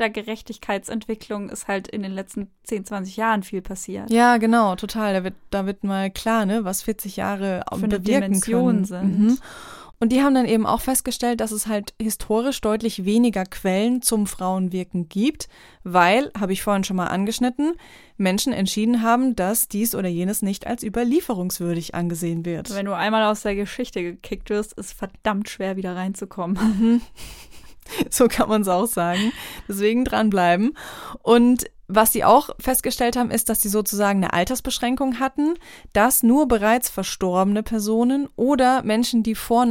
Geschlechtergerechtigkeitsentwicklung ist halt in den letzten 10, 20 Jahren viel passiert. Ja, genau, total. Da wird mal klar, ne, was 40 Jahre für eine bewirken Dimension können. sind. Und die haben dann eben auch festgestellt, dass es halt historisch deutlich weniger Quellen zum Frauenwirken gibt, weil, habe ich vorhin schon mal angeschnitten, Menschen entschieden haben, dass dies oder jenes nicht als überlieferungswürdig angesehen wird. Wenn du einmal aus der Geschichte gekickt wirst, ist verdammt schwer, wieder reinzukommen. So kann man es auch sagen. Deswegen dranbleiben. Und was sie auch festgestellt haben, ist, dass sie sozusagen eine Altersbeschränkung hatten, dass nur bereits verstorbene Personen oder Menschen, die vor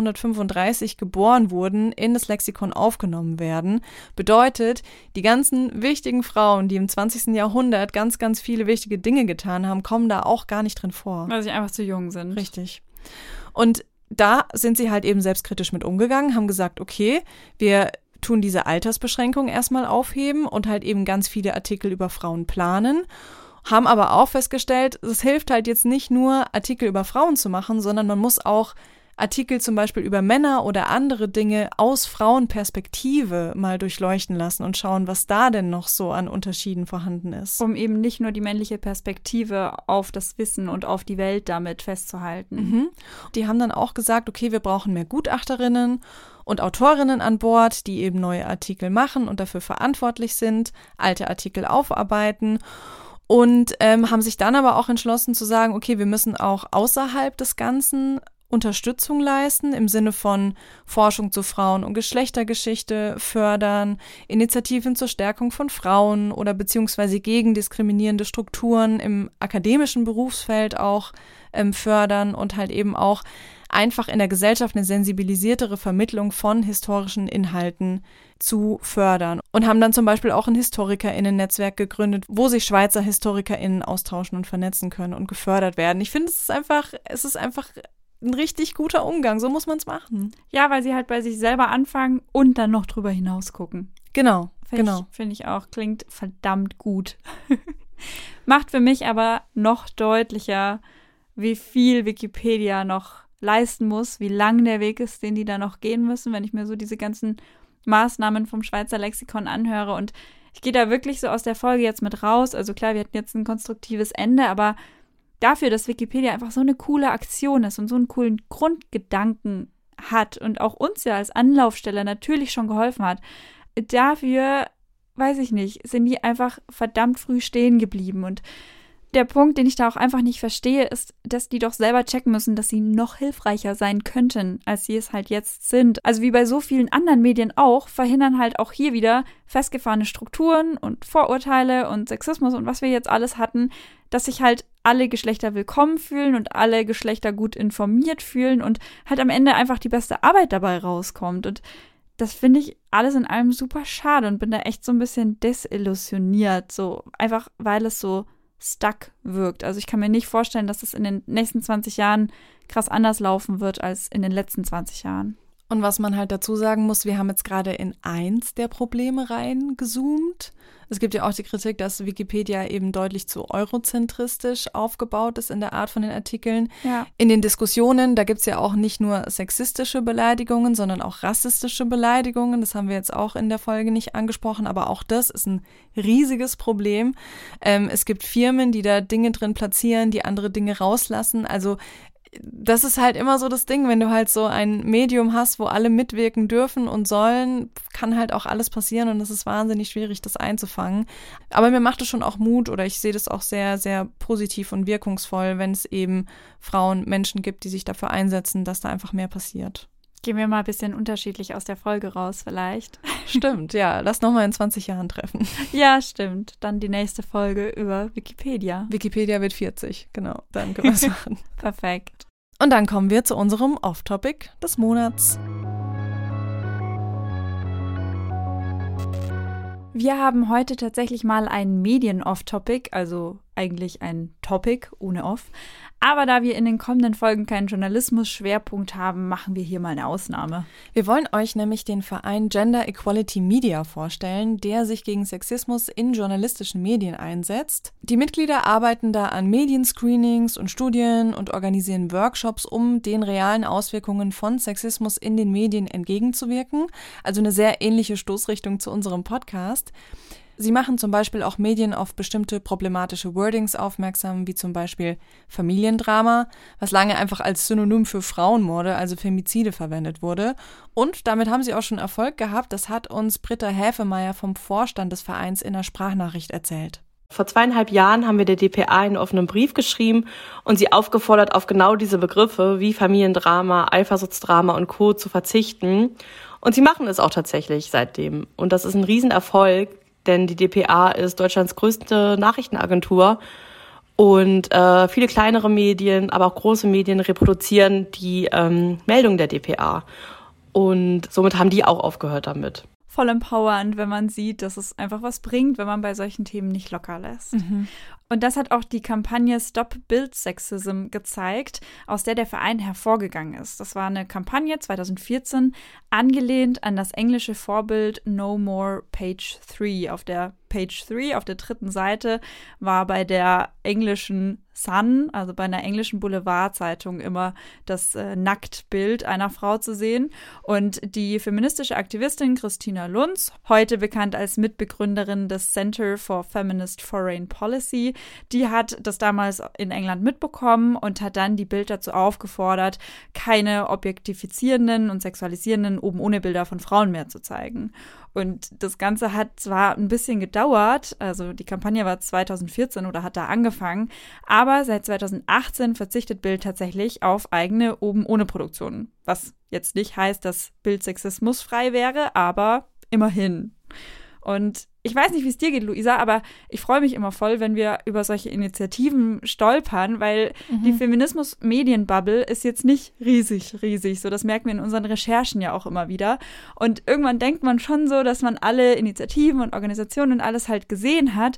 1935 geboren wurden, in das Lexikon aufgenommen werden. Bedeutet, die ganzen wichtigen Frauen, die im 20. Jahrhundert ganz, ganz viele wichtige Dinge getan haben, kommen da auch gar nicht drin vor. Weil sie einfach zu jung sind. Richtig. Und da sind sie halt eben selbstkritisch mit umgegangen, haben gesagt, okay, wir tun diese Altersbeschränkung erstmal aufheben und halt eben ganz viele Artikel über Frauen planen, haben aber auch festgestellt, es hilft halt jetzt nicht nur, Artikel über Frauen zu machen, sondern man muss auch Artikel zum Beispiel über Männer oder andere Dinge aus Frauenperspektive mal durchleuchten lassen und schauen, was da denn noch so an Unterschieden vorhanden ist. Um eben nicht nur die männliche Perspektive auf das Wissen und auf die Welt damit festzuhalten. Die haben dann auch gesagt, okay, wir brauchen mehr Gutachterinnen und Autorinnen an Bord, die eben neue Artikel machen und dafür verantwortlich sind, alte Artikel aufarbeiten. Und haben sich dann aber auch entschlossen zu sagen, okay, wir müssen auch außerhalb des Ganzen Unterstützung leisten, im Sinne von Forschung zu Frauen- und Geschlechtergeschichte fördern, Initiativen zur Stärkung von Frauen oder beziehungsweise gegen diskriminierende Strukturen im akademischen Berufsfeld auch fördern und halt eben auch einfach in der Gesellschaft eine sensibilisiertere Vermittlung von historischen Inhalten zu fördern. Und haben dann zum Beispiel auch ein HistorikerInnen-Netzwerk gegründet, wo sich Schweizer HistorikerInnen austauschen und vernetzen können und gefördert werden. Ich finde, es ist einfach ein richtig guter Umgang. So muss man es machen. Ja, weil sie halt bei sich selber anfangen und dann noch drüber hinaus gucken. Genau. Finde ich auch. Klingt verdammt gut. Macht für mich aber noch deutlicher, wie viel Wikipedia noch leisten muss, wie lang der Weg ist, den die da noch gehen müssen, wenn ich mir so diese ganzen Maßnahmen vom Schweizer Lexikon anhöre. Und ich gehe da wirklich so aus der Folge jetzt mit raus. Also klar, wir hatten jetzt ein konstruktives Ende, aber dafür, dass Wikipedia einfach so eine coole Aktion ist und so einen coolen Grundgedanken hat und auch uns ja als Anlaufstelle natürlich schon geholfen hat, dafür, weiß ich nicht, sind die einfach verdammt früh stehen geblieben. Und der Punkt, den ich da auch einfach nicht verstehe, ist, dass die doch selber checken müssen, dass sie noch hilfreicher sein könnten, als sie es halt jetzt sind. Also wie bei so vielen anderen Medien auch, verhindern halt auch hier wieder festgefahrene Strukturen und Vorurteile und Sexismus und was wir jetzt alles hatten, dass sich halt alle Geschlechter willkommen fühlen und alle Geschlechter gut informiert fühlen und halt am Ende einfach die beste Arbeit dabei rauskommt. Und das finde ich alles in allem super schade und bin da echt so ein bisschen desillusioniert, so einfach, weil es so stuck wirkt. Also ich kann mir nicht vorstellen, dass es in den nächsten 20 Jahren krass anders laufen wird als in den letzten 20 Jahren. Und was man halt dazu sagen muss, wir haben jetzt gerade in eins der Probleme reingezoomt. Es gibt ja auch die Kritik, dass Wikipedia eben deutlich zu eurozentristisch aufgebaut ist in der Art von den Artikeln. Ja. In den Diskussionen, da gibt es ja auch nicht nur sexistische Beleidigungen, sondern auch rassistische Beleidigungen. Das haben wir jetzt auch in der Folge nicht angesprochen, aber auch das ist ein riesiges Problem. Es gibt Firmen, die da Dinge drin platzieren, die andere Dinge rauslassen. Also das ist halt immer so das Ding, wenn du halt so ein Medium hast, wo alle mitwirken dürfen und sollen, kann halt auch alles passieren und es ist wahnsinnig schwierig, das einzufangen. Aber mir macht es schon auch Mut oder ich sehe das auch sehr, sehr positiv und wirkungsvoll, wenn es eben Frauen, Menschen gibt, die sich dafür einsetzen, dass da einfach mehr passiert. Gehen wir mal ein bisschen unterschiedlich aus der Folge raus vielleicht. Stimmt, ja. Lass nochmal in 20 Jahren treffen. Ja, stimmt. Dann die nächste Folge über Wikipedia. Wikipedia wird 40, genau. Dann können wir es machen. Perfekt. Und dann kommen wir zu unserem Off-Topic des Monats. Wir haben heute tatsächlich mal ein Medien-Off-Topic, also eigentlich ein Topic ohne Off. Aber da wir in den kommenden Folgen keinen Journalismus-Schwerpunkt haben, machen wir hier mal eine Ausnahme. Wir wollen euch nämlich den Verein Gender Equality Media vorstellen, der sich gegen Sexismus in journalistischen Medien einsetzt. Die Mitglieder arbeiten da an Medienscreenings und Studien und organisieren Workshops, um den realen Auswirkungen von Sexismus in den Medien entgegenzuwirken. Also eine sehr ähnliche Stoßrichtung zu unserem Podcast. Sie machen zum Beispiel auch Medien auf bestimmte problematische Wordings aufmerksam, wie zum Beispiel Familiendrama, was lange einfach als Synonym für Frauenmorde, also Femizide, verwendet wurde. Und damit haben sie auch schon Erfolg gehabt. Das hat uns Britta Häfemeyer vom Vorstand des Vereins in einer Sprachnachricht erzählt. Vor 2,5 Jahren haben wir der dpa einen offenen Brief geschrieben und sie aufgefordert, auf genau diese Begriffe wie Familiendrama, Eifersuchtsdrama und Co. zu verzichten. Und sie machen es auch tatsächlich seitdem. Und das ist ein Riesenerfolg. Denn die dpa ist Deutschlands größte Nachrichtenagentur und viele kleinere Medien, aber auch große Medien reproduzieren die Meldungen der dpa. Und somit haben die auch aufgehört damit. Voll empowernd, wenn man sieht, dass es einfach was bringt, wenn man bei solchen Themen nicht locker lässt. Mhm. Und das hat auch die Kampagne Stop Build Sexism gezeigt, aus der der Verein hervorgegangen ist. Das war eine Kampagne 2014, angelehnt an das englische Vorbild No More Page 3. Auf der Page 3, auf der 3. Seite, war bei der englischen Sun, also bei einer englischen Boulevardzeitung, immer das Nacktbild einer Frau zu sehen. Und die feministische Aktivistin Christina Lunz, heute bekannt als Mitbegründerin des Center for Feminist Foreign Policy, die hat das damals in England mitbekommen und hat dann die Bild dazu aufgefordert, keine objektifizierenden und sexualisierenden oben-ohne-Bilder von Frauen mehr zu zeigen. Und das Ganze hat zwar ein bisschen gedauert, also die Kampagne war 2014 oder hat da angefangen, aber seit 2018 verzichtet Bild tatsächlich auf eigene Oben-ohne-Produktionen. Was jetzt nicht heißt, dass Bild sexismusfrei wäre, aber immerhin. Und ich weiß nicht, wie es dir geht, Luisa, aber ich freue mich immer voll, wenn wir über solche Initiativen stolpern, weil die Feminismus-Medienbubble ist jetzt nicht riesig. So, das merken wir in unseren Recherchen ja auch immer wieder. Und irgendwann denkt man schon so, dass man alle Initiativen und Organisationen und alles halt gesehen hat.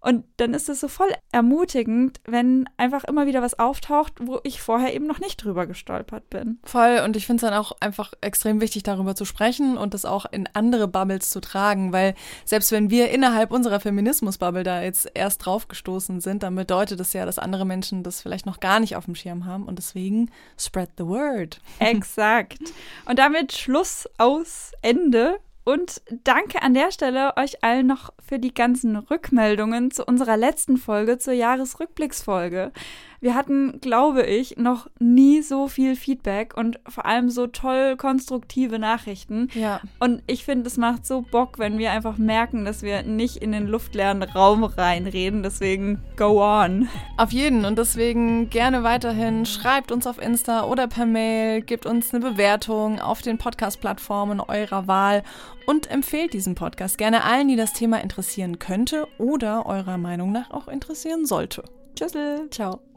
Und dann ist es so voll ermutigend, wenn einfach immer wieder was auftaucht, wo ich vorher eben noch nicht drüber gestolpert bin. Voll, und ich finde es dann auch einfach extrem wichtig, darüber zu sprechen und das auch in andere Bubbles zu tragen, weil selbst wenn wir innerhalb unserer Feminismus-Bubble da jetzt erst drauf gestoßen sind, dann bedeutet das ja, dass andere Menschen das vielleicht noch gar nicht auf dem Schirm haben und deswegen spread the word. Exakt. Und damit Schluss, aus, Ende. Und danke an der Stelle euch allen noch für die ganzen Rückmeldungen zu unserer letzten Folge, zur Jahresrückblicksfolge. Wir hatten, glaube ich, noch nie so viel Feedback und vor allem so toll konstruktive Nachrichten. Ja. Und ich finde, es macht so Bock, wenn wir einfach merken, dass wir nicht in den luftleeren Raum reinreden. Deswegen go on. Auf jeden. Und deswegen gerne weiterhin schreibt uns auf Insta oder per Mail, gebt uns eine Bewertung auf den Podcast-Plattformen eurer Wahl und empfehlt diesen Podcast gerne allen, die das Thema interessieren könnte oder eurer Meinung nach auch interessieren sollte. Tschüssel. Ciao.